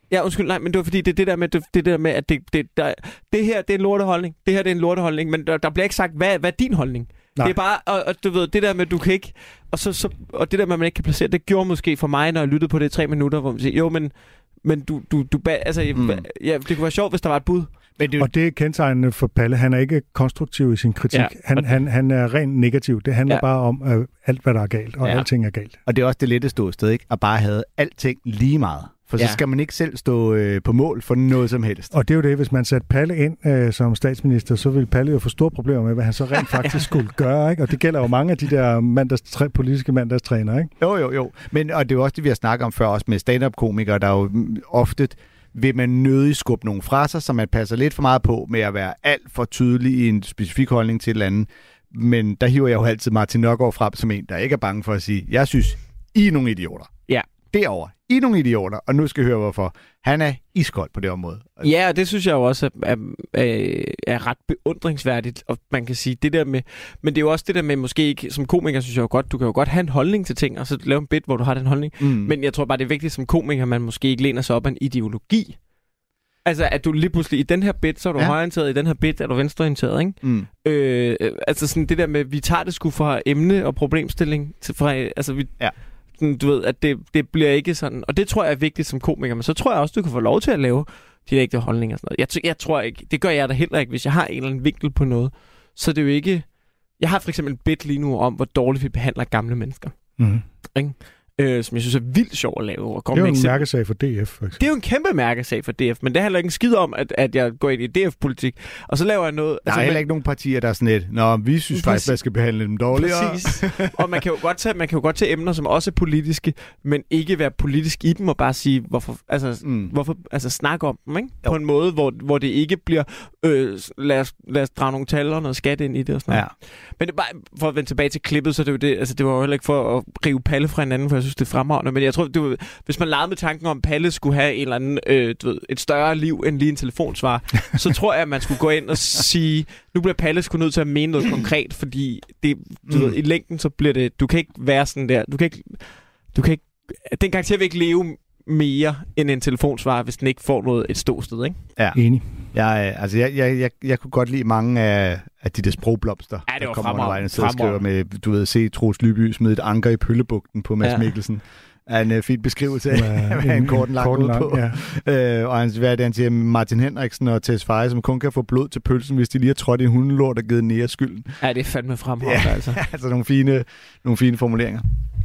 Ja, undskyld, nej, men det var fordi, det er det der med, det, det der med at det, det, der, det her, det er en lorteholdning. Det her, det er en lorteholdning, men der, der bliver ikke sagt, hvad, hvad er din holdning? Nej. Det er bare, og, og du ved, det der med, du kan ikke, og, så, så, og det der med, at man ikke kan placere, det gjorde måske for mig, når jeg lyttede på det i tre minutter, hvor man siger, jo, men, men du, du, du, altså, mm. ja, det kunne være sjovt, hvis der var et bud. Men det, og det er kendetegnende for Palle. Han er ikke konstruktiv i sin kritik. Ja. Han, han, han er rent negativ. Det handler ja. bare om uh, alt, hvad der er galt, og ja. alting er galt. Og det er også det lette ståsted, ikke? At bare have alting lige meget. For ja. så skal man ikke selv stå øh, på mål for noget som helst. Og det er jo det, hvis man satte Palle ind øh, som statsminister, så ville Palle jo få store problemer med, hvad han så rent faktisk skulle gøre, ikke? Og det gælder jo mange af de der mandags, politiske mandagstrænere, ikke? Jo, jo, jo. Men, og det er jo også det, vi har snakket om før, også med stand-up-komikere, der jo ofte vil man nødig skubbe nogle fra sig, som man passer lidt for meget på med at være alt for tydelig i en specifik holdning til et eller andet. Men der hiver jeg jo altid Martin Nørgaard frem som en, der ikke er bange for at sige, jeg synes, I er nogle idioter. Ja. Derovre. I er nogle idioter, og nu skal jeg høre, hvorfor. Han er iskold på det område. Ja, og det synes jeg jo også er, er, er ret beundringsværdigt, og man kan sige det der med, men det er jo også det der med, måske ikke, som komiker synes jeg jo godt, du kan jo godt have en holdning til ting, og så lave en bit, hvor du har den holdning, mm. men jeg tror bare, det er vigtigt som komiker, man måske ikke læner sig op af en ideologi. Altså, at du lige pludselig i den her bit, så er du ja. højreorienteret, i den her bit er du venstreorienteret, ikke? Mm. Øh, altså sådan det der med, vi tager det sgu fra emne og problemstilling, til fra, altså vi... Ja. Du ved, at det, det bliver ikke sådan... Og det tror jeg er vigtigt som komiker, men så tror jeg også, du kan få lov til at lave de ægte holdninger og sådan noget. Jeg, jeg tror ikke... Det gør jeg da heller ikke, hvis jeg har en eller anden vinkel på noget. Så det er jo ikke... Jeg har for eksempel en bit lige nu om, hvor dårligt vi behandler gamle mennesker. Mm. Ikke? Øh, som jeg synes er vildt sjov at lave. Og det er jo en mærkesag for D F, for eksempel. Det er jo en kæmpe mærkesag for D F, men det handler ikke en skid om, at, at jeg går ind i D F-politik, og så laver jeg noget... Der er altså, heller man... ikke nogen partier, der er sådan et, nå, vi synes Præcis. faktisk, at man skal behandle dem dårligere. Præcis. Og man kan, jo godt tage, man kan jo godt tage emner, som også er politiske, men ikke være politisk i dem, og bare sige, hvorfor... Altså, mm. hvorfor, altså snakke om dem, ikke? På en måde, hvor, hvor det ikke bliver, øh, lad, os, lad os drage nogle tal og noget skat ind i det og sådan noget. Ja. Men det er bare, for at vende tilbage til klippet, så det er jo det, altså det var jo heller ikke for at rive Palle fra hinanden, for jeg synes, det er fremragende, men jeg tror, det var, hvis man legede med tanken om, at Palle skulle have en eller anden, øh, du ved, et større liv end lige en telefonsvar, så tror jeg, at man skulle gå ind og sige, nu bliver Palle sgu nødt til at mene noget konkret, fordi det, du mm. ved, i længden, så bliver det, du kan ikke være sådan der, du kan ikke, du kan ikke, den karakter vil ikke leve mere end en telefonsvar, hvis den ikke får noget et ståsted, ikke? Ja. Enig. Jeg, altså, jeg, jeg, jeg, jeg kunne godt lide mange af, af de der sprogblomster, ja, det var der kommer undervejs, og skriver med, du ved, se Troels Lyby smide et anker i Pøllebugten på Mads ja. Mikkelsen. Er en uh, fin beskrivelse af, hvad en kort lang ud på. Ja. Øh, og han, hvad er det, han siger, Martin Henriksen og Tess Feje, som kun kan få blod til pølsen, hvis de lige har trådt i en hundelort og givet nære skylden. Ja, det er fandme fremragende, ja, altså. altså nogle fine, nogle fine formuleringer.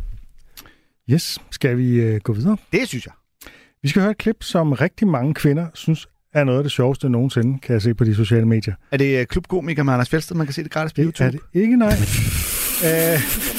Yes, skal vi uh, gå videre? Det synes jeg. Vi skal høre et klip, som rigtig mange kvinder synes er noget af det sjoveste nogensinde, kan jeg se på de sociale medier. Er det uh, Klubkomiker med Anders Fjeldsted, man kan se det gratis på YouTube? Er det ikke, nej. uh,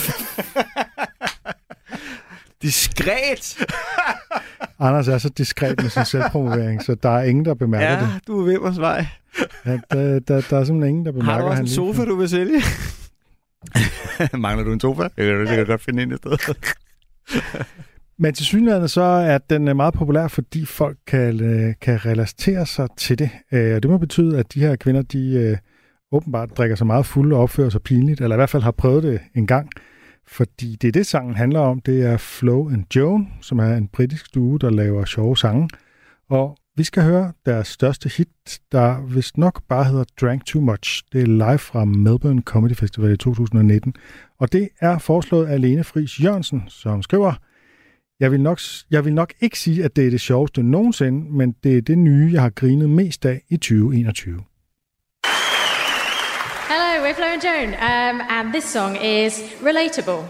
Diskret! Anders er så diskret med sin selvpromovering, så der er ingen, der bemærker ja, det. Ja, du er ved vores vej. Ja, der, der, der er simpelthen ingen, der bemærker. Har du også en sofa, du vil sælge? Mangler du en sofa? Det kan du sikkert godt finde ind i stedet. Men til synligheden så er den meget populær, fordi folk kan, kan relatere sig til det. Og det må betyde, at de her kvinder, de åbenbart drikker sig meget fulde og opfører sig pinligt, eller i hvert fald har prøvet det en gang. Fordi det er det, sangen handler om. Det er Flo and Joan, som er en britisk duo, der laver sjove sange. Og vi skal høre deres største hit, der vist nok bare hedder Drank Too Much. Det er live fra Melbourne Comedy Festival i to tusind nitten. Og det er foreslået af Lene Friis Jørgensen, som skriver, jeg vil, nok, jeg vil nok ikke sige, at det er det sjoveste nogensinde, men det er det nye, jeg har grinet mest af i tyve enogtyve. Hello, we're Flo and Joan, um, and this song is Relatable.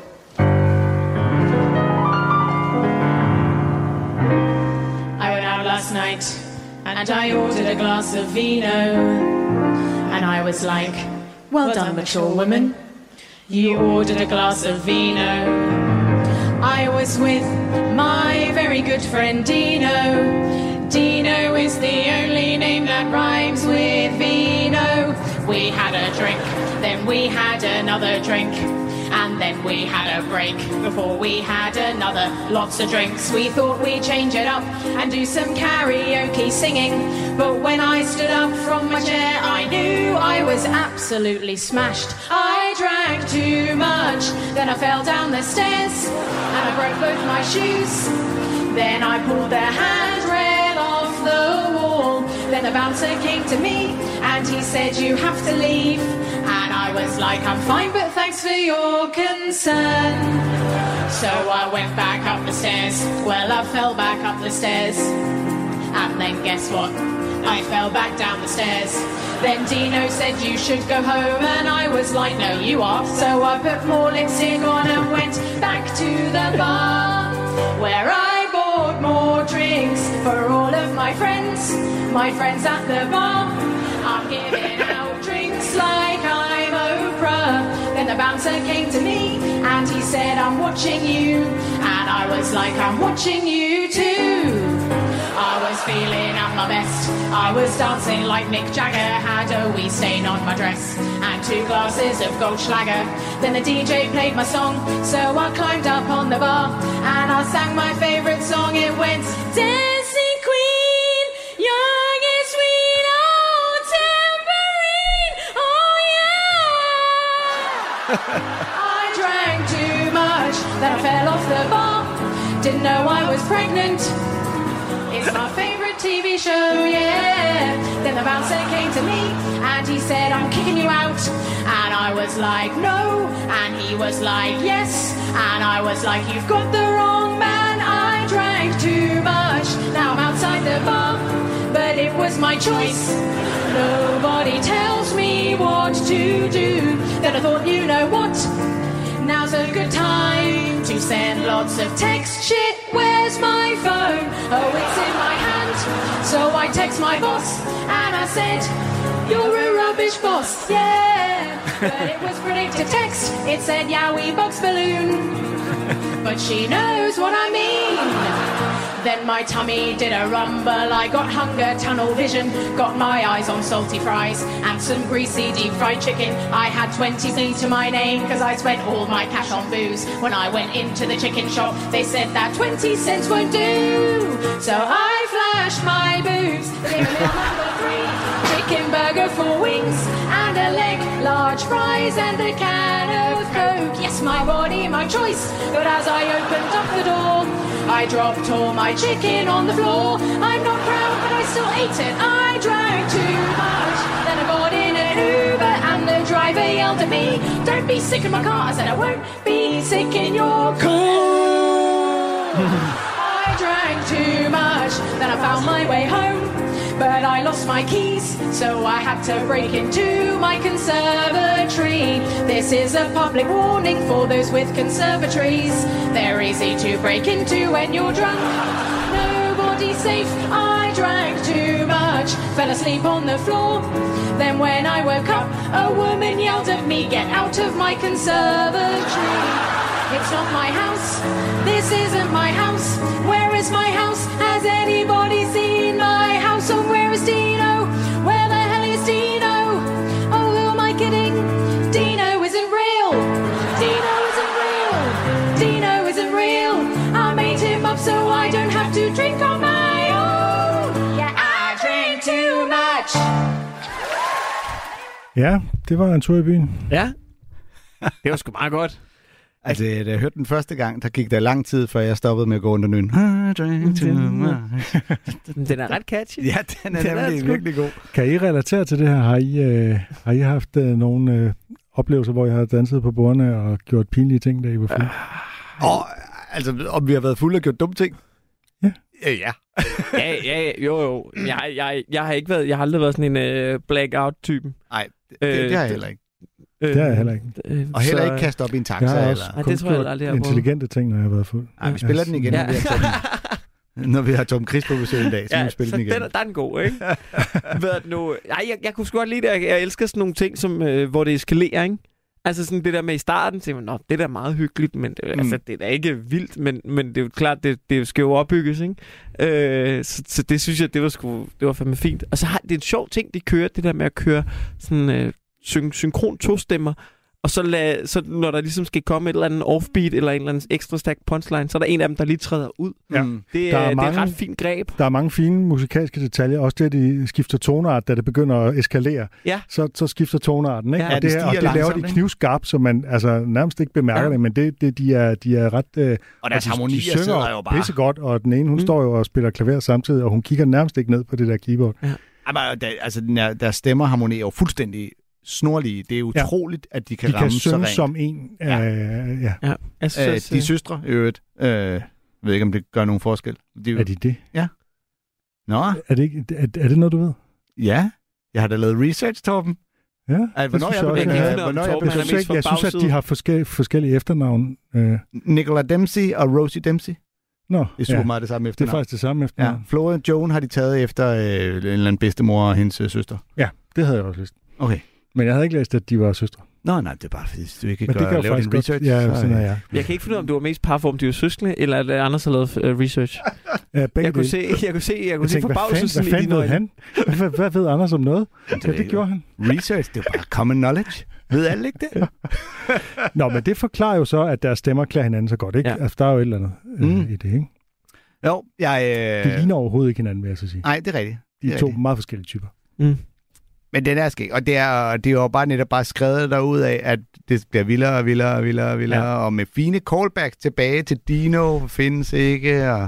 I went out last night, and I ordered a glass of vino, and I was like, well, well done, mature woman. You ordered a glass of vino. I was with my very good friend Dino. Dino is the only name that rhymes with vino. We had a drink, then we had another drink, and then we had a break before we had another. Lots of drinks. We thought we'd change it up and do some karaoke singing, but when I stood up from my chair, I knew I was absolutely smashed. I drank too much, then I fell down the stairs, and I broke both my shoes. Then I pulled the handrail the wall. Then the bouncer came to me and he said, you have to leave. And I was like, I'm fine, but thanks for your concern. So I went back up the stairs. Well, I fell back up the stairs. And then guess what? I fell back down the stairs. Then Dino said you should go home, and I was like, no, you are. So I put more lipstick on and went back to the bar, where I bought more drinks for all of my friends, my friends at the bar. I'm giving out drinks like I'm Oprah. Then the bouncer came to me and he said, I'm watching you. And I was like, I'm watching you too. I was feeling at my best. I was dancing like Mick Jagger. Had a wee stain on my dress and two glasses of Goldschlager. Then the D J played my song, so I climbed up on the bar and I sang my favourite song. It went, Dancing Queen, young and sweet, oh tambourine, oh yeah. I drank too much, then I fell off the bar. Didn't know I was pregnant. It's my favourite T V show, yeah. Then the bouncer came to me and he said, I'm kicking you out. And I was like, no. And he was like, yes. And I was like, you've got the wrong man. I drank too much. Now I'm outside the bar, but it was my choice. Nobody tells me what to do. Then I thought, you know what? Now's a good time to send lots of text. Shit, where's my phone? Oh, it's in my hand. So I text my boss and I said, you're a rubbish boss, yeah. But it was predictive text. It said, Yowie Bugs Balloon. But she knows what I mean. Then my tummy did a rumble. I got hunger tunnel vision. Got my eyes on salty fries and some greasy deep fried chicken. I had twenty p to my name because I spent all my cash on booze. When I went into the chicken shop, they said that twenty cents won't do. So I flashed my boobs. They were number three. Chicken burger, four wings and a leg, large fries and a can of Coke. Yes, my body, my choice. But as I opened up the door, I dropped all my chicken on the floor. I'm not proud, but I still ate it. I drank too much. Then I got in an Uber and the driver yelled at me, don't be sick in my car. I said, I won't be sick in your car. I drank too much. Then I found my way home, but I lost my keys, so I had to break into my conservatory. This is a public warning for those with conservatories. They're easy to break into when you're drunk. Nobody's safe. I drank too much, fell asleep on the floor. Then when I woke up, a woman yelled at me, get out of my conservatory. It's not my house. This isn't my house. Where is my house? Has anybody seen my house? And where is Dino? Where the hell is Dino? Oh, who am I kidding? Dino isn't real. Dino isn't real. Dino isn't real. I made him up so I don't have to drink on my own. Yeah, I drink too much. Ja, det var en tur i byen. Ja, det var sgu meget godt. Altså, da jeg hørte den første gang, der gik der lang tid, før jeg stoppede med at gå rundt og nynne. Den er ret catchy. Ja, den er nemlig den er virkelig god. Kan I relatere til det her? Har I, øh, har I haft øh, nogle øh, oplevelser, hvor jeg har danset på bordene og gjort pinlige ting, da I var fulde? Uh, og, altså, om vi har været fulde og gjort dumme ting? Ja. Ja, ja. ja, ja, jo, jo. Jeg, jeg, jeg har ikke været, jeg har aldrig været sådan en uh, blackout-typen. Nej, det, det, det har jeg heller ikke. Det har jeg heller ikke. Øh, og heller så, ikke kaste op i en taxa? Jeg har også eller? Kun det tror jeg aldrig, jeg intelligente ting, når jeg har været fuld. Nej, vi spiller ja. den igen, ja. når, vi har når vi har Tom Chris på besøg en dag, så ja, må vi spille så den igen. Den, der er den god, ikke? Ved nu, ej, jeg, jeg kunne sgu godt lide det. Jeg, jeg elsker sådan nogle ting, som, øh, hvor det eskalerer, ikke? Altså sådan det der med i starten, så man, nå, det der er meget hyggeligt, men det, mm. altså, det er da ikke vildt, men, men det er jo klart, det, det skal jo opbygges, ikke? Øh, så, så det synes jeg, det var sgu, det var fandme fint. Og så har det en sjov ting, de kører, det der med at køre sådan øh, syn- synkron tostemmer, og så, lad, så når der ligesom skal komme et eller andet offbeat, eller en eller anden ekstra stærk punchline, så er der en af dem, der lige træder ud. Ja. Det, er, er mange, det er et ret fint greb. Der er mange fine musikalske detaljer, også det, at de skifter tonart, da det begynder at eskalere. Ja. Så, så skifter tonarten, ikke? Ja, og det, her, og det laver de knivskarpt, så man altså, nærmest ikke bemærker ja. det, men det, det, de, er, de er ret... Øh, og deres de, harmonier de synger sidder jo bare... pissegodt, og den ene, hun mm. står jo og spiller klaver samtidig, og hun kigger nærmest ikke ned på det der keyboard. Ja. Jamen, der, altså, der, deres stemmer harmonerer jo fuldstændig snorlige. Det er utroligt, ja. at de kan de ramme kan så rent. som en. Ja. Øh, ja. Ja. Altså, øh, de er søstre, i øvrigt. Øh, jeg ved ikke, om det gør nogen forskel. De, er de det? Ja. Nå. Er det, ikke, er, er det noget, du ved? Ja. Jeg har da lavet research, Torben. Ja, Ej, hvornår det jeg, jeg, jeg, jeg, hvornår jeg, jeg, synes, jeg synes, at de har forskellige, forskellige efternavn. Øh. Nicola Dempsey og Rosie Dempsey. Nå, det er super ja. meget det samme efternavn. Det er faktisk det samme efternavn. Ja. Flora Joan har de taget efter øh, en eller anden bedstemor og hendes øh, søster. Ja, det havde jeg også lyst. Okay. Men jeg havde ikke læst, at de var søstre. Nå, nej, det er bare fordi, du ikke Men gør, det lave din research. Ja, så, sådan er jeg. Jeg kan ikke finde ud af, om du var mest parformtive søskende, eller er det Anders, der har lavet uh, research? Ja, jeg, kunne se, jeg kunne se, jeg kunne jeg se forbavselsen i dine øjne. Han? Hvad, hvad ved Anders om noget? Det, ja, det gjorde han. Research, det er bare common knowledge. Ved alle ikke det? Nå, men det forklarer jo så, at deres stemmer klæder hinanden så godt, ikke? Ja. Altså, der er jo et eller andet øh, mm. i det, ikke? Jo, jeg... Øh... De ligner overhovedet ikke hinanden, vil jeg så sige. Nej, det er rigtigt. De er, er to rigtigt. meget forskellige typer. Mm. Men det er skægt, og det er, det er jo bare netop bare skrevet derud af, at det bliver vildere og vildere og vildere og vildere, ja. Og med fine callbacks tilbage til Dino findes ikke, og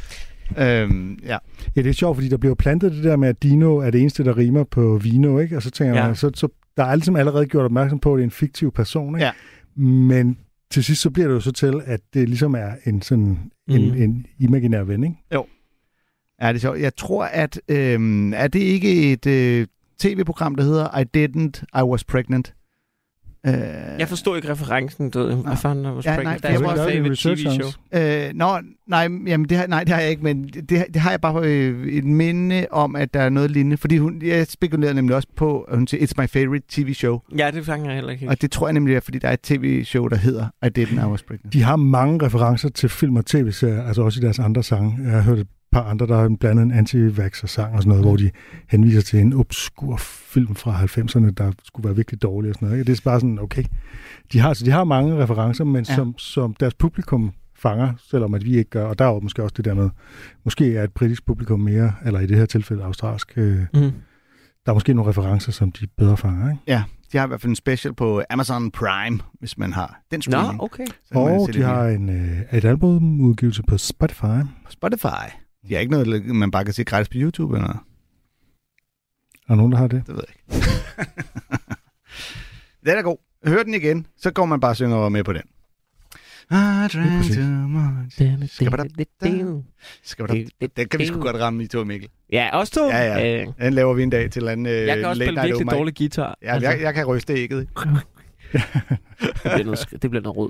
øhm, ja. Ja, det er sjovt, fordi der bliver plantet det der med, at Dino er det eneste, der rimer på vino, ikke? Og så tænker ja. man, så, så der er ligesom allerede gjort opmærksom på, at det er en fiktiv person, ikke? Ja. Men til sidst så bliver det jo så til, at det ligesom er en sådan en, mm. en imaginær ven, ikke? Jo. Ja, det er sjovt. Jeg tror, at øhm, er det ikke et øh, tv-program, der hedder I Didn't, I Was Pregnant? Uh, jeg forstår ikke referencen, du ved. Hvad fanden er ja, pregnant? Nej, det er bare favorite T V-show. Uh, Nå, nej, jamen, det har, nej, det har jeg ikke, men det, det har jeg bare øh, et minde om, at der er noget lignende. Fordi hun, jeg spekulerede nemlig også på, at hun siger, it's my favorite T V-show. Ja, det fanger jeg heller ikke. Og det tror jeg nemlig er, fordi der er et tv-show, der hedder I Didn't, I Was Pregnant. De har mange referencer til film og tv-serier, altså også i deres andre sange. Jeg har hørt et par andre, der har blandet en anti-vaxxer-sang og sådan noget, mm. hvor de henviser til en obskur film fra halvfemserne, der skulle være virkelig dårlig og sådan noget. Ikke? Det er bare sådan, okay. De har, altså, de har mange referencer, men ja. som, som deres publikum fanger, selvom at vi ikke gør. Og der er jo måske også det der med, måske er et britisk publikum mere, eller i det her tilfælde australsk. Øh, mm. Der er måske nogle referencer, som de bedre fanger, ikke? Ja, de har i hvert fald en special på Amazon Prime, hvis man har den streaming. Nå, okay. Og de har en, øh, et albumudgivelse på Spotify. På Spotify? De har ikke noget, man bare kan se gratis på YouTube eller noget? Er der nogen, der har det? Det ved jeg ikke. Den er god. Hør den igen, så går man bare og synger med på den. Den kan vi sgu godt ramme i to, Mikkel. Ja, også to. Ja, ja. Den laver vi en dag til en Jeg kan også spille virkelig dårlig guitar. Ja, altså. jeg, jeg kan ryste ægget. det, bliver noget, det bliver noget rod.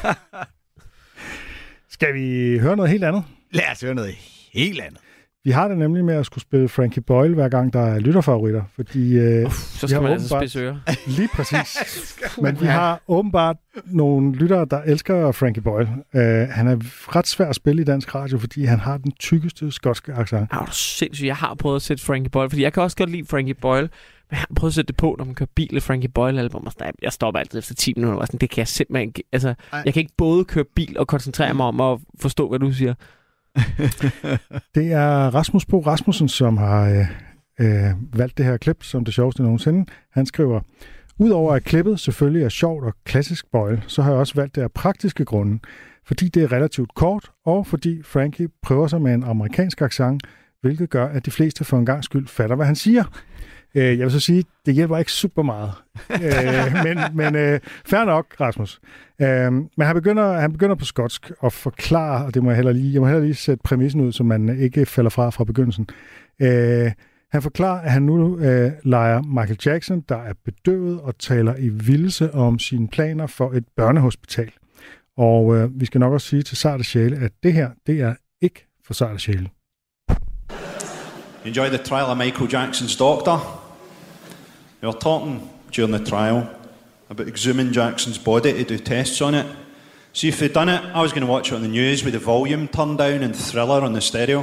Skal vi høre noget helt andet? Lad os høre noget helt andet. Vi har det nemlig med at skulle spille Frankie Boyle, hver gang der er lytterfavoritter, fordi... Øh, Uff, så skal man altså spidse ører. Lige præcis. Men vi har åbenbart nogle lyttere, der elsker Frankie Boyle. Uh, han er ret svær at spille i dansk radio, fordi han har den tykkeste skotske accent. Ja, sindssygt. Jeg har prøvet at sætte Frankie Boyle, fordi jeg kan også godt lide Frankie Boyle, men jeg har prøvet at sætte det på, når man kører bil i Frankie Boyle-album. Jeg stopper altid efter ti minutter, og sådan, det kan jeg simpelthen ikke... Altså, jeg kan ikke både køre bil og koncentrere mig om at forstå, hvad du siger. Det er Rasmus Bo Rasmussen, som har øh, øh, valgt det her klip som det sjoveste nogensinde. Han skriver, udover at klippet selvfølgelig er sjovt og klassisk Boyle, så har jeg også valgt det af praktiske grunde, fordi det er relativt kort, og fordi Frankie prøver sig med en amerikansk accent, hvilket gør, at de fleste for en gang skyld fatter, hvad han siger. Jeg vil så sige, det hjælper ikke super meget. men men øh, fair nok, Rasmus. Øh, men han begynder, han begynder på skotsk at forklare, og det må jeg heller lige, jeg må heller lige sætte præmissen ud, så man ikke falder fra fra begyndelsen. Øh, han forklarer, at han nu øh, leger Michael Jackson, der er bedøvet og taler i vildelse om sine planer for et børnehospital. Og øh, vi skal nok også sige til sarte sjæle, at det her, det er ikke for sarte sjæle. Enjoy the trial of Michael Jackson's doctor. We were talking during the trial about exhuming Jackson's body to do tests on it. See if they'd done it, I was going to watch it on the news with the volume turned down and Thriller on the stereo.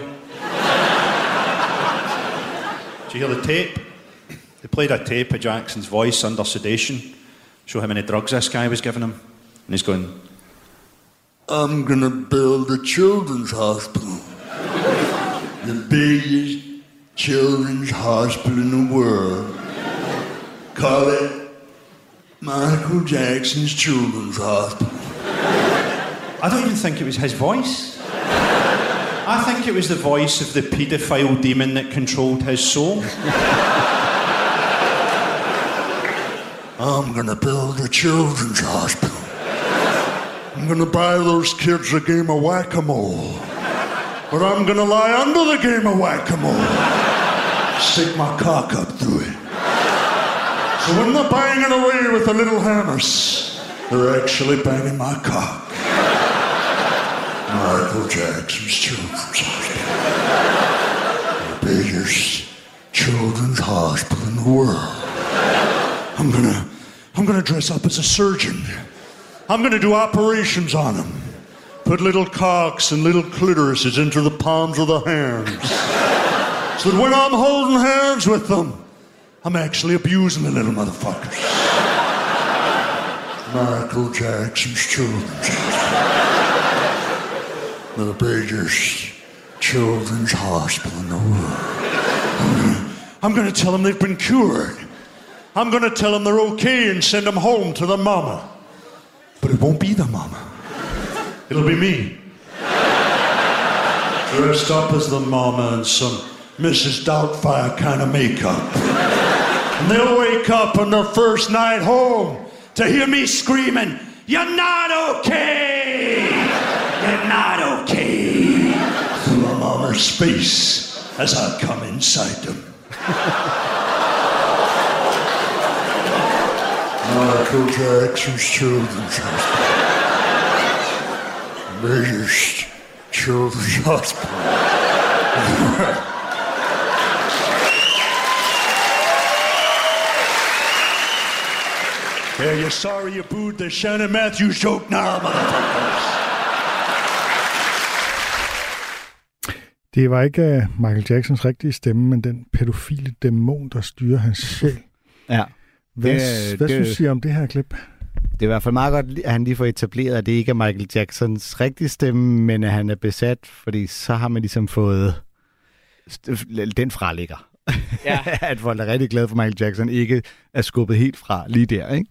Did you hear the tape? They played a tape of Jackson's voice under sedation show how many drugs this guy was giving him. And he's going, I'm gonna build a children's hospital. The biggest children's hospital in the world. Call it Michael Jackson's Children's Hospital. I don't even think it was his voice. I think it was the voice of the paedophile demon that controlled his soul. I'm gonna build a children's hospital. I'm gonna buy those kids a game of whack-a-mole. But I'm gonna lie under the game of whack-a-mole. Stick my cock up through it. So when they're banging away with the little hammers, they're actually banging my cock. Michael Jackson's Children's Hospital. The biggest children's hospital in the world. I'm gonna, I'm gonna dress up as a surgeon. I'm gonna do operations on them. Put little cocks and little clitorises into the palms of the hands. So that when I'm holding hands with them, I'm actually abusing the little motherfuckers. Michael Jackson's Children's Hospital. The biggest children's hospital in the world. I'm gonna, I'm gonna tell them they've been cured. I'm gonna tell them they're okay and send them home to the mama. But it won't be the mama. It'll be me. Dressed up as the mama in some Missus Doubtfire kind of makeup. And they'll wake up on their first night home to hear me screaming, "You're not okay! You're not okay!" Through a mama's face as I come inside them. Michael Jackson's Children's Hospital. Biggest children's hospital. Yeah, you're sorry you booed the Shannon Matthews joke now, motherfuckers. Det var ikke uh, Michael Jacksons rigtige stemme, men den pædofile dæmon, der styrer hans sjæl. Ja. Hvad, det, hvad det, synes I om det her klip? Det er i hvert fald meget godt, at han lige får etableret, at det ikke er Michael Jacksons rigtige stemme, men at han er besat, fordi så har man ligesom fået den fraligger. Ja. At folk er rigtig glade for Michael Jackson, ikke er skubbet helt fra lige der, ikke?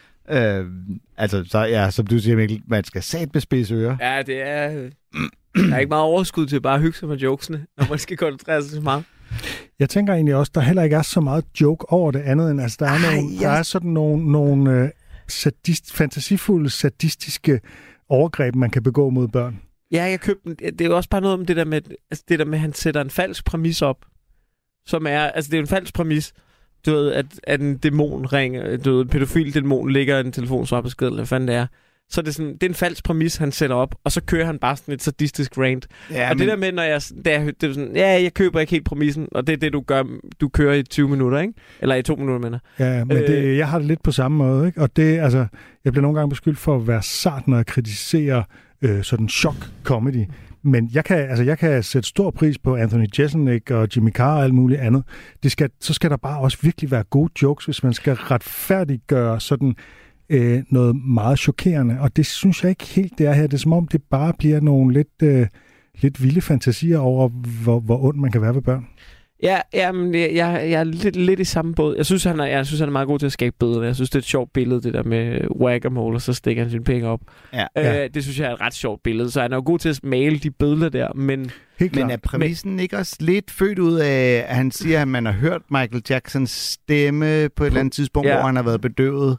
Øh, altså, så ja, som du siger, Mikkel, man skal sat bespidse ører. Ja, det er... Der er ikke meget overskud til bare at hygge sig med jokesene, når man skal koncentrere sig så meget. Jeg tænker egentlig også, der heller ikke er så meget joke over det andet, end altså, der er, Ej, nogle, ja. der er sådan nogle, nogle øh, sadist, fantasifulde, sadistiske overgreb, man kan begå mod børn. Ja, jeg købte den. Det er jo også bare noget om det der med, altså det der med, at han sætter en falsk præmis op, som er, altså det er en falsk præmis, du ved, at, at en dæmon ringer, du ved, en pædofil dæmon ligger i en telefonsvarbesked, eller hvad fanden det er. Så det er, sådan, det er en falsk præmis, han sætter op, og så kører han bare sådan et sadistisk rant. Ja, og men... det der med, når jeg, der, det er sådan, ja, jeg køber ikke helt præmissen, og det er det, du gør, du kører i tyve minutter, ikke? Eller i to minutter, mener Ja, men øh... det, jeg har det lidt på samme måde, ikke? Og det, altså, jeg bliver nogle gange beskyldt for at være sart, når jeg kritiserer øh, sådan shock-comedy. Men jeg kan, altså, jeg kan sætte stor pris på Anthony Jeselnik og Jimmy Carr og alt muligt andet. Det skal, så skal der bare også virkelig være gode jokes, hvis man skal retfærdiggøre sådan... Øh, noget meget chokerende, og det synes jeg ikke helt, det er her. Det er som om, det bare bliver nogle lidt, øh, lidt vilde fantasier over, hvor, hvor ondt man kan være ved børn. Ja, ja men jeg, jeg er lidt, lidt i samme båd. Jeg synes, han er, jeg synes, han er meget god til at skabe billeder. Jeg synes, det er et sjovt billede, det der med whack-a-mole, og så stikker han sine penge op. Ja. Øh, ja. Det synes jeg er et ret sjovt billede, så han er jo god til at male de billeder der, men... Men er præmissen ikke også lidt født ud af, at han siger, at man har hørt Michael Jacksons stemme på et eller andet tidspunkt, ja. Hvor han har været bedøvet?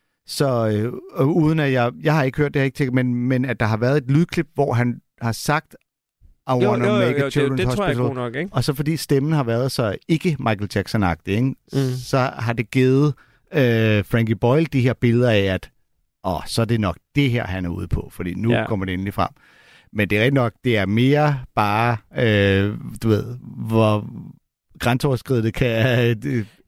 Så øh, uden at jeg... Jeg har ikke hørt det her, ikke tænkt, men, men at der har været et lydklip, hvor han har sagt, I jo, wanna jo, jo, make jo, a children's det, det hospital. Tror jeg er god nok, ikke? Og så fordi stemmen har været så ikke Michael Jackson-agtig, ikke? Mm. Så har det givet øh, Frankie Boyle de her billeder af, at åh, så er det nok det her, han er ude på, fordi nu ja. Kommer det endelig frem. Men det er rigtig nok, det er mere bare, øh, du ved, hvor grænseoverskridende kan... Øh,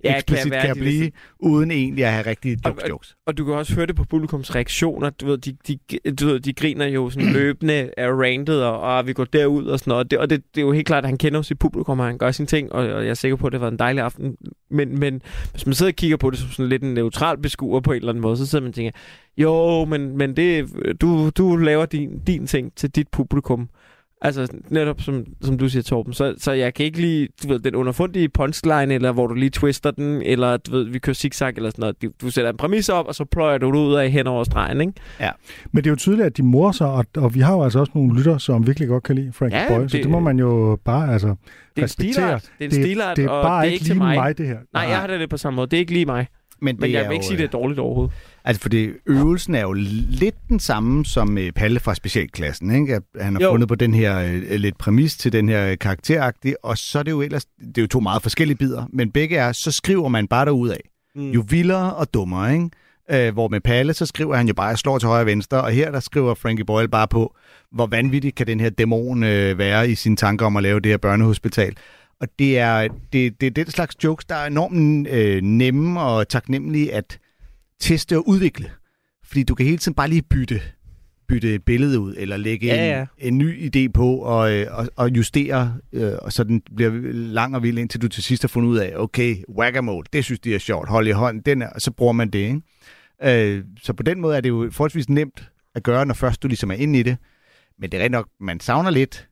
Ja, eksplicit kan kan, være, kan de blive, næsten- uden egentlig at have rigtige jokes, Og- jokes. Og du kan også høre det på publikums reaktioner. Du ved, de, de, du ved, de griner jo sådan løbende af rantet, og, og vi går derud og sådan noget. Det, og det, det er jo helt klart, at han kender sit publikum, og han gør sine ting, og, og jeg er sikker på, at det var en dejlig aften. Men, men hvis man sidder og kigger på det som sådan lidt en neutral beskuer på en eller anden måde, så sidder man og tænker, jo, men, men det, du, du laver din, din ting til dit publikum. Altså netop som, som du siger, Torben, så, så jeg kan ikke lide, du ved, den underfundige punchline, eller hvor du lige twister den, eller du ved, vi kører zigzag eller sådan noget. Du, du sætter en præmis op, og så pløjer du det ud af hen over stregen, ikke? Ja. Men det er jo tydeligt, at de morer sig, og, og vi har jo altså også nogle lytter, som virkelig godt kan lide Frankie Ja, Boyle, det- så det må man jo bare altså Det er en respektere. stilart, det er en stilart, det er og bare det er ikke ikke til lige mig. mig, det her. Nej, jeg har det lidt på samme måde. Det er ikke lige mig. Men, det Men jeg er vil ikke jo, sige, det er dårligt overhovedet. Altså, fordi øvelsen er jo lidt den samme som øh, Palle fra specialklassen, ikke? At han har Jo. fundet på den her øh, lidt præmis til den her øh, karakteragtige, og så er det jo ellers, det er jo to meget forskellige bidder, men begge er, så skriver man bare derud af. Mm. Jo vildere og dummere, ikke? Øh, hvor med Palle, så skriver han jo bare, jeg slår til højre og venstre, og her der skriver Frankie Boyle bare på, hvor vanvittigt kan den her dæmon øh, være i sine tanker om at lave det her børnehospital. Og det er, det, det er den slags jokes, der er enormt øh, nemme og taknemmelige at teste og udvikle. Fordi du kan hele tiden bare lige bytte, bytte et billede ud, eller lægge Ja, en, ja. en ny idé på, og, øh, og, og justere, øh, og så den bliver lang og vild, indtil du til sidst har fundet ud af, okay, whack-a-mole, det synes de er sjovt, hold i hånden, den er, og så bruger man det, ikke? Øh, så på den måde er det jo forholdsvis nemt at gøre, når først du ligesom er inde i det. Men det er rent nok, man savner lidt,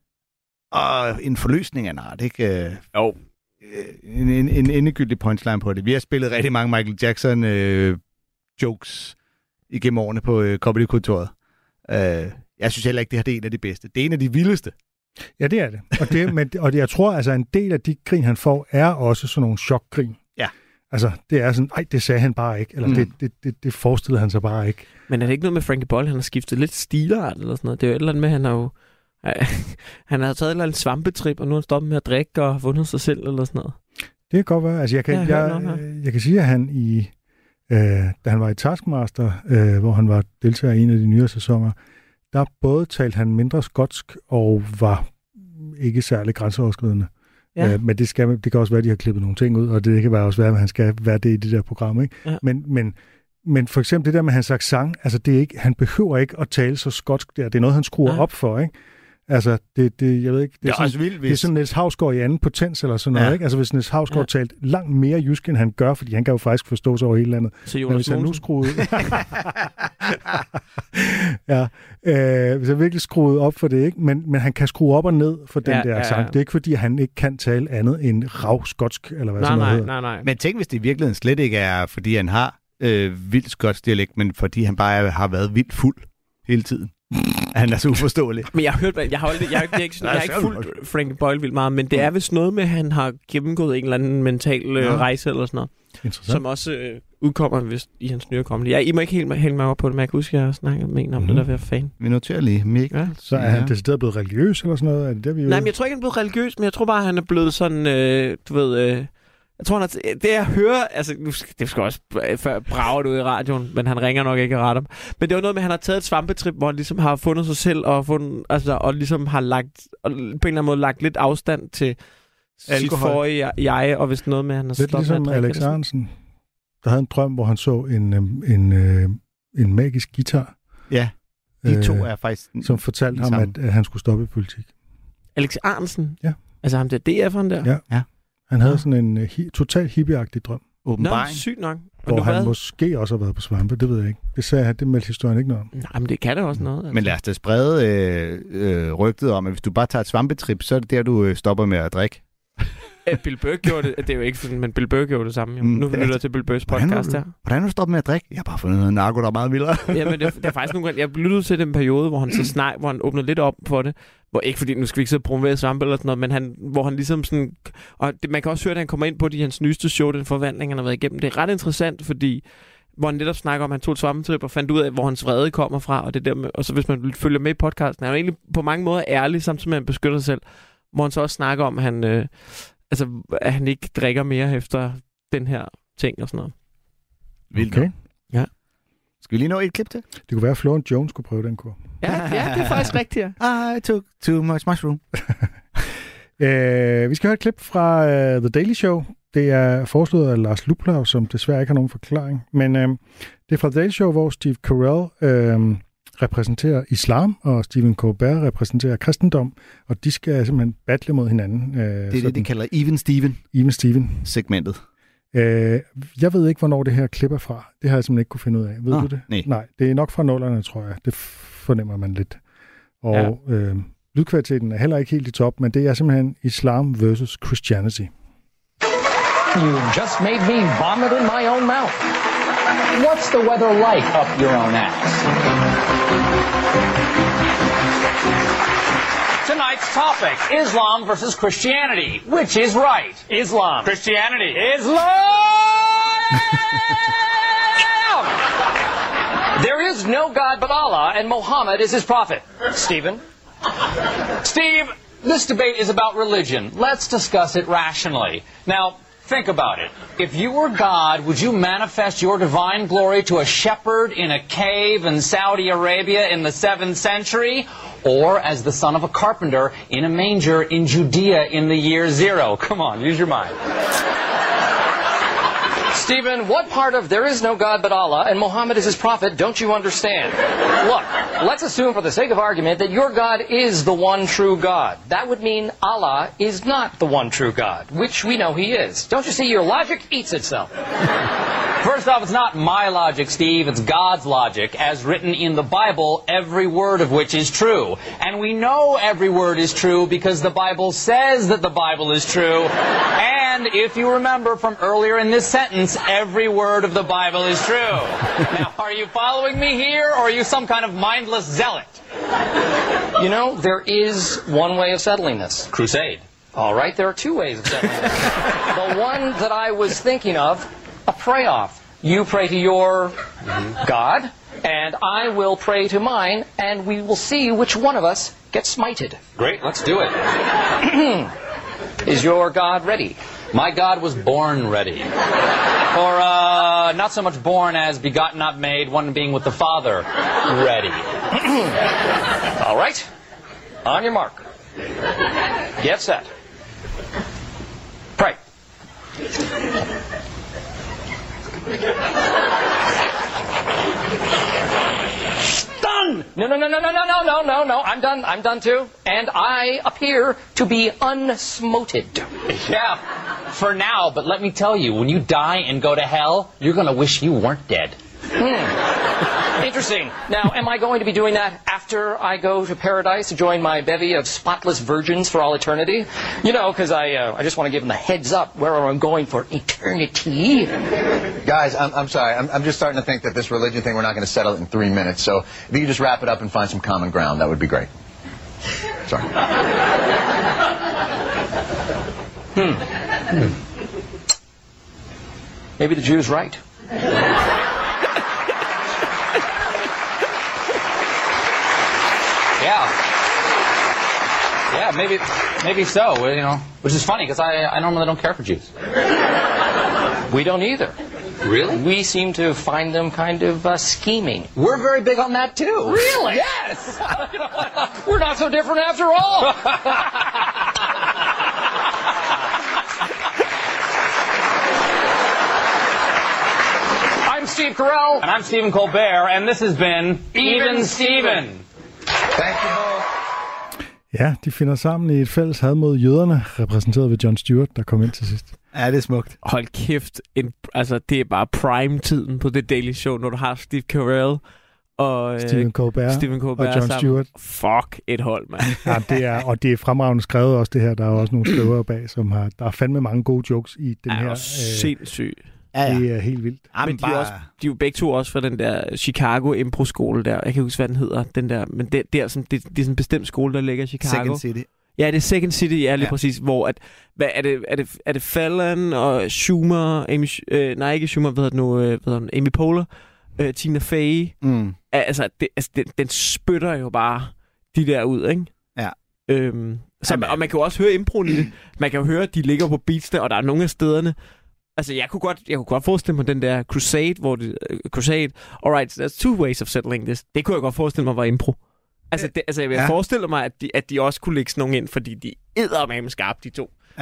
og en forløsning af en art, ikke? Øh, Jo. en, en, en endegyldig punchline på det. Vi har spillet rigtig mange Michael Jackson øh, jokes igennem årene på øh, Comedy-kontoret. Øh, jeg synes heller ikke, det her det er en af de bedste. Det er en af de vildeste. Ja, det er det. Og, det, men, og det, jeg tror, altså en del af de grin, han får, er også sådan nogle chokgrin. Ja. Altså, det er sådan, ej, det sagde han bare ikke, eller mm. det, det, det, det forestillede han sig bare ikke. Men er det ikke noget med Frankie Boyle, han har skiftet lidt stilart eller sådan noget? Det er jo et eller andet med, han har jo... han har taget et eller andet svampetrip, og nu har han stoppet med at drikke og fundet sig selv eller sådan noget. Det kan godt være. Altså, jeg kan, Jeg jeg, har jeg, hørt noget jeg, jeg kan sige, at han i, øh, da han var i Taskmaster, øh, hvor han var deltager i en af de nyere sæsoner, der både talte han mindre skotsk og var ikke særlig grænseoverskridende. Ja. Øh, men det, skal, det kan også være, at de har klippet nogle ting ud, og det kan være også være, at han skal være det i det der program. Ikke? Ja. Men, men, men for eksempel det der med hans accent, altså det er ikke, han behøver ikke at tale så skotsk der. Det er noget, han skruer Ja. op for, ikke? Altså, det, det, jeg ved ikke... Det er sådan, også vildt, det er hvis... sådan Niels Hausgaard i anden potens eller sådan noget, Ja. ikke? Altså, hvis Niels Hausgaard Ja. ja. talte langt mere jysk, end han gør, fordi han kan jo faktisk forstå sig over hele landet. Så Men Jonas hvis han nu Mogensen. skruede... ja, øh, hvis han virkelig skruede op for det, ikke? Men, men han kan skrue op og ned for den Ja, der ja, accent. ja. Det er ikke, fordi han ikke kan tale andet end rav skotsk, eller hvad Nej, sådan noget nej, hedder. nej, nej. Men tænk, hvis det i virkeligheden slet ikke er, fordi han har øh, vildt skotsk dialekt, men fordi han bare er, har været vildt fuld hele tiden. Han er så uforståelig. Men jeg har hørt, jeg har, aldrig, jeg, har, jeg, har ikke, jeg har ikke fulgt Frankie Boyle vildt meget, men det er vist noget med, at han har gennemgået en eller anden mental øh, Ja. rejse eller sådan noget, Interessant. som også øh, udkommer vist i hans nye comedy. Jeg, I må ikke helt hælde mig op på det, men jeg kan huske, at jeg har snakket med en om Mhm. det, der var fan. Vi noterer lige. Mikkel. Ja. Så er han decideret blevet religiøs eller sådan noget? Er det der, vi er Nej, ude? men jeg tror ikke, han er blevet religiøs, men jeg tror bare, han er blevet sådan, øh, du ved... Øh, jeg tror, han er, det jeg hører... Altså, nu skal, det skal også før brager det ud i radioen, men han ringer nok ikke og retter. Men det var noget med, at han har taget et svampetrip, hvor han ligesom har fundet sig selv, og, fundet, altså, og ligesom har lagt, og på en eller anden måde lagt lidt afstand til Alkohol. sit forrige jeg, og hvis noget med, at han har Lidt stoppet ligesom med at drikke Alex eller sådan. Arensen, der havde en drøm, hvor han så en, øhm, en, øh, en magisk guitar, Ja, de to øh, er faktisk... som fortalte ham, sammen. at, at han skulle stoppe i politik. Alex Arensen? Ja. Altså ham der D F'eren der? Ja. Ja. Han havde Nå. sådan en uh, hi- total hippieagtig drøm, Nå, Åbenbaring. sygt nok. Og hvor nu han hvad? måske også har været på svampe, det ved jeg ikke. Det sagde han, det meldte historien ikke noget om. Nej, men det kan da også noget. Altså. Men lad os da sprede øh, øh, rygtet om, at hvis du bare tager et svampetrip, så er det der, du øh, stopper med at drikke. At Bill Burr gjorde det, det er jo ikke sådan, men Bill Burr gjorde det samme. Jo. Mm, Nu det er- lytter jeg til Bill Burrs Hvordan podcast har her. du- Hvordan har du stoppet med at drikke? Jeg har bare fundet noget narko, der er meget vildere. Jamen, det, er, det er faktisk nogle gange... Jeg lyttede til den periode, hvor han så snak, hvor han åbnede lidt op for det. Hvor ikke fordi, nu skal vi ikke sidde og promovere svampe eller sådan noget, men han, hvor han ligesom sådan... Og det, man kan også høre, at han kommer ind på det i hans nyeste show, den forvandling, han har været igennem. Det er ret interessant, fordi... Hvor han netop snakker om, at han tog et svampetrip og fandt ud af, hvor hans vrede kommer fra. Og, det der med, og så hvis man følger med i podcasten, er han egentlig på mange måder ærlig, samtidig med, at han beskytter sig selv. Hvor han så også snakker om, at han, øh, altså, at han ikke drikker mere efter den her ting og sådan noget. Vildt. Okay. Skal vi lige nå et klip til? Det kunne være, at Florence Jones skulle prøve den kur. Ja, ja, det er faktisk rigtigt, ja. I took too much mushroom. Uh, vi skal høre et klip fra uh, The Daily Show. Det er foreslået af Lars Luplau, som desværre ikke har nogen forklaring. Men øh, det er fra The Daily Show, hvor Steve Carell øh, repræsenterer islam, og Stephen Colbert repræsenterer kristendom, og de skal simpelthen battle mod hinanden. Øh, det er det, de kalder Even Steven. Even Steven- segmentet. Øh, jeg ved ikke, hvornår det her klip er fra. Det har jeg simpelthen ikke kunne finde ud af. Ved Nå, du det? Nej. Nej, det er nok fra nullerne, tror jeg. Det fornemmer man lidt. Og ja. øh, lydkvaliteten er heller ikke helt i top, men det er simpelthen islam versus Christianity. You just made me vomit in my own mouth. What's the weather like up your own ass? Tonight's topic, Islam versus Christianity. Which is right? Islam. Christianity. Islam! There is no God but Allah, and Muhammad is his prophet. Stephen? Steve, this debate is about religion. Let's discuss it rationally. Now, think about it. If you were God, would you manifest your divine glory to a shepherd in a cave in Saudi Arabia in the seventh century? Or as the son of a carpenter in a manger in Judea in the year zero? Come on, use your mind. Stephen, what part of there is no God but Allah and Muhammad is his prophet don't you understand? Look, let's assume for the sake of argument that your God is the one true God. That would mean Allah is not the one true God, which we know he is. Don't you see, your logic eats itself. First off, it's not my logic, Steve, it's God's logic, as written in the Bible, every word of which is true. And we know every word is true because the Bible says that the Bible is true. And if you remember from earlier in this sentence, every word of the Bible is true. Now, are you following me here, or are you some kind of mindless zealot? You know, there is one way of settling this. Crusade. All right, there are two ways of settling this. The one that I was thinking of, a pray-off. You pray to your God, and I will pray to mine, and we will see which one of us gets smited. Great, let's do it. Is your God ready? My God was born ready. Or uh, not so much born as begotten, not made, one being with the Father, ready. All right, on your mark. Get set. Pray. Done! No, no, no, no, no, no, no, no, no, no. I'm done. I'm done too. And I appear to be unsmoted. Yeah, for now. But let me tell you, when you die and go to hell, you're going to wish you weren't dead. Hmm. Interesting. Now, am I going to be doing that after I go to paradise to join my bevy of spotless virgins for all eternity? You know, because I uh, I just want to give them the heads up where I'm going for eternity. Guys, I'm, I'm sorry. I'm, I'm just starting to think that this religion thing, we're not going to settle it in three minutes. So if you could just wrap it up and find some common ground, that would be great. Sorry. Hmm. hmm. Maybe the Jew's right. Yeah. Yeah, maybe maybe so, you know. Which is funny, because I, I normally don't care for Jews. We don't either. Really? We seem to find them kind of uh, scheming. We're very big on that, too. Really? Yes! We're not so different after all! I'm Steve Carell. And I'm Stephen Colbert, and this has been Even Steven. Thank you both. Ja, de finder sammen i et fælles had mod jøderne, repræsenteret ved Jon Stewart, der kom ind til sidst. Ja, det er smukt. Hold kæft, en, altså det er bare prime-tiden på The Daily Show, når du har Steve Carell og Stephen Colbert, Stephen Colbert og Jon Stewart. Fuck et hold, mand. Ja, det er, og det er fremragende skrevet også det her. Der er også nogle skrivere bag, som har, der er fandme mange gode jokes i den er her. Øh, sindssygt. Ja, ja. Det er helt vildt. Ja, men de, bare... er også, de er jo begge to også fra den der Chicago Impro-skole der. Jeg kan huske, hvad den hedder. Den der, men det, det, er sådan, det, det er sådan en bestemt skole, der ligger i Chicago. Second City. Ja, det er Second City, ja, lige ja. præcis. Hvor at, hvad, er, det, er, det, er det Fallon og Schumer, Amy, øh, nej ikke Schumer, hvad hedder det nu, øh, hvad hedder den, Amy Poehler, øh, Tina Fey. Mm. Altså, det, altså den, den spytter jo bare de der ud, ikke? Ja. Øhm, så, og man kan jo også høre improen i det. Man kan jo høre, at de ligger på beatsene, og der er nogle af stederne. Altså, jeg kunne godt, jeg kunne godt forestille mig den der Crusade, hvor det, uh, Crusade, alright, there's two ways of settling this. Det kunne jeg godt forestille mig var impro. Altså, det, altså jeg ja. forestiller mig, at de, at de også kunne lægge sådan nogen ind, fordi de eddermame skarpe, de to. Ja.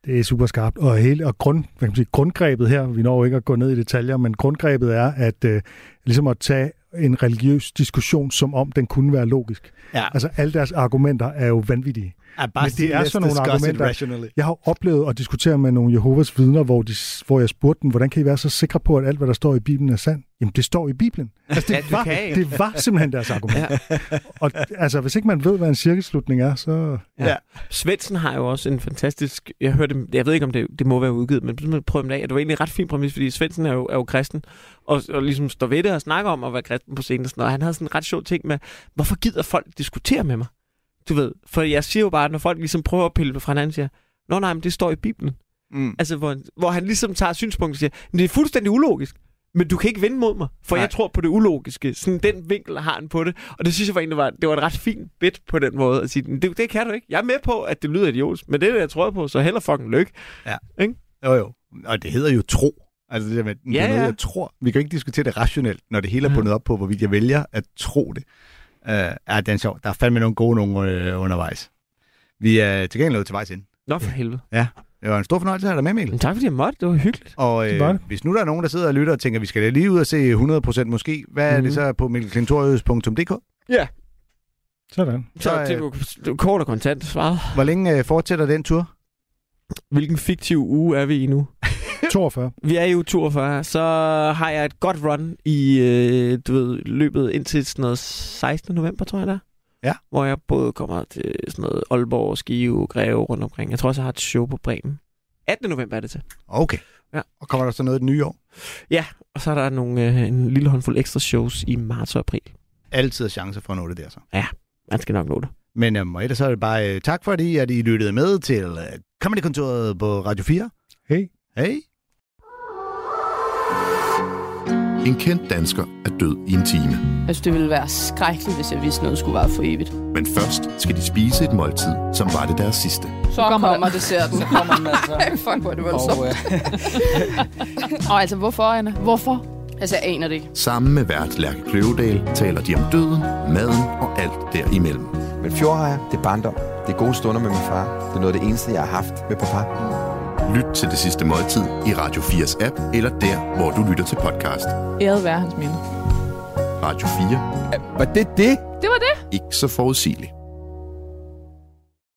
Det er super skarpt. Og, hele, og grund, hvad kan man sige, grundgrebet her, vi når ikke at gå ned i detaljer, men grundgrebet er at øh, ligesom at tage en religiøs diskussion, som om den kunne være logisk. Ja. Altså alle deres argumenter er jo vanvittige. Ja, bare men det er sådan nogle argumenter. Jeg har oplevet at diskutere med nogle Jehovas vidner, hvor, de, hvor jeg spurgte dem, hvordan kan I være så sikre på, at alt, hvad der står i Bibelen, er sandt? Jamen, det står i Bibelen. Altså, det, var, det var simpelthen deres argument. Ja. Og altså, hvis ikke man ved, hvad en cirkelslutning er, så... Ja. Ja. Svendsen har jo også en fantastisk... Jeg hørte, jeg ved ikke, om det, det må være udgivet, men prøv dem af. Det var egentlig en ret fin præmis, fordi Svendsen er jo, er jo kristen, og, og ligesom står ved det og snakker om at være kristen på scenen. Og, sådan, og han havde sådan en ret sjov ting med, hvorfor gider folk diskutere med mig? Du ved, for jeg siger jo bare, når folk ligesom prøver at pille fra hinanden, siger, nå nej, men det står i Bibelen. Mm. Altså, hvor, hvor han ligesom tager synspunktet og siger, men det er fuldstændig ulogisk, men du kan ikke vinde mod mig, for nej. Jeg tror på det ulogiske. Sådan den vinkel har han på det, og det synes jeg var egentlig, var, det var et ret fint bit på den måde at sige, det, det kan du ikke. Jeg er med på, at det lyder idiotisk, men det er det, jeg tror på, så heller fucking lykke. Ja. Ikke? Jo jo, og det hedder jo tro. Altså det der med, ja, det er noget, jeg tror. Vi kan ikke diskutere det rationelt, når det hele er bundet op på, hvorvidt jeg vælger at tro det. Uh, ja, det er sjovt. Der er fandme nogle gode nogen uh, undervejs. Vi er til gengæld nået til vejs ind. Nå for helvede. Ja, det var en stor fornøjelse at have dig med, Mikkel. Men tak fordi jeg måtte, det var hyggeligt. Og uh, hvis nu der er nogen, der sidder og lytter og tænker, vi skal da lige ud og se hundrede procent måske, hvad mm-hmm. er det så på mikkel klintorius punktum d k? Ja. Sådan. Så, så uh, det var kort og kontant svaret. Hvor længe uh, fortsætter den tur? Hvilken fiktiv uge er vi i nu? toogfyrre. Vi er i uge toogfyrre, så har jeg et godt run i øh, du ved, løbet indtil sådan noget sekstende november, tror jeg der. Ja. Hvor jeg både kommer til sådan noget Aalborg, Skive, Greve rundt omkring. Jeg tror også, jeg har et show på Bremen. attende november er det til. Okay. Ja. Og kommer der så noget i det nye år? Ja, og så er der nogle, øh, en lille håndfuld ekstra shows i marts og april. Altid er chance for at nå det der så. Ja, man skal nok nå det. Men øhm, og ellers så er det bare øh, tak fordi, at I lyttede med til øh, Comedy-kontoret på Radio fire. Hej. Hej. En kendt dansker er død i en time. Altså, det ville være skrækkeligt, hvis jeg vidste, noget skulle vare for evigt. Men først skal de spise et måltid, som var det deres sidste. Så kommer, kommer desserten. Så kommer den altså. Fuck, hvor er det voldsomt. Og, øh... og altså, hvorfor, Anna? Hvorfor? Altså, jeg aner det ikke. Sammen med vært Lærke Kløvedal taler de om døden, maden og alt derimellem. Men fjordhajer, det er barndom. Det er gode stunder med min far. Det er noget af det eneste, jeg har haft med papa. Lyt til Det Sidste Måltid i Radio fires app, eller der, hvor du lytter til podcast. Æret være hans minde. Radio fire. Var det det? Det var det. Ikke så forudsigeligt.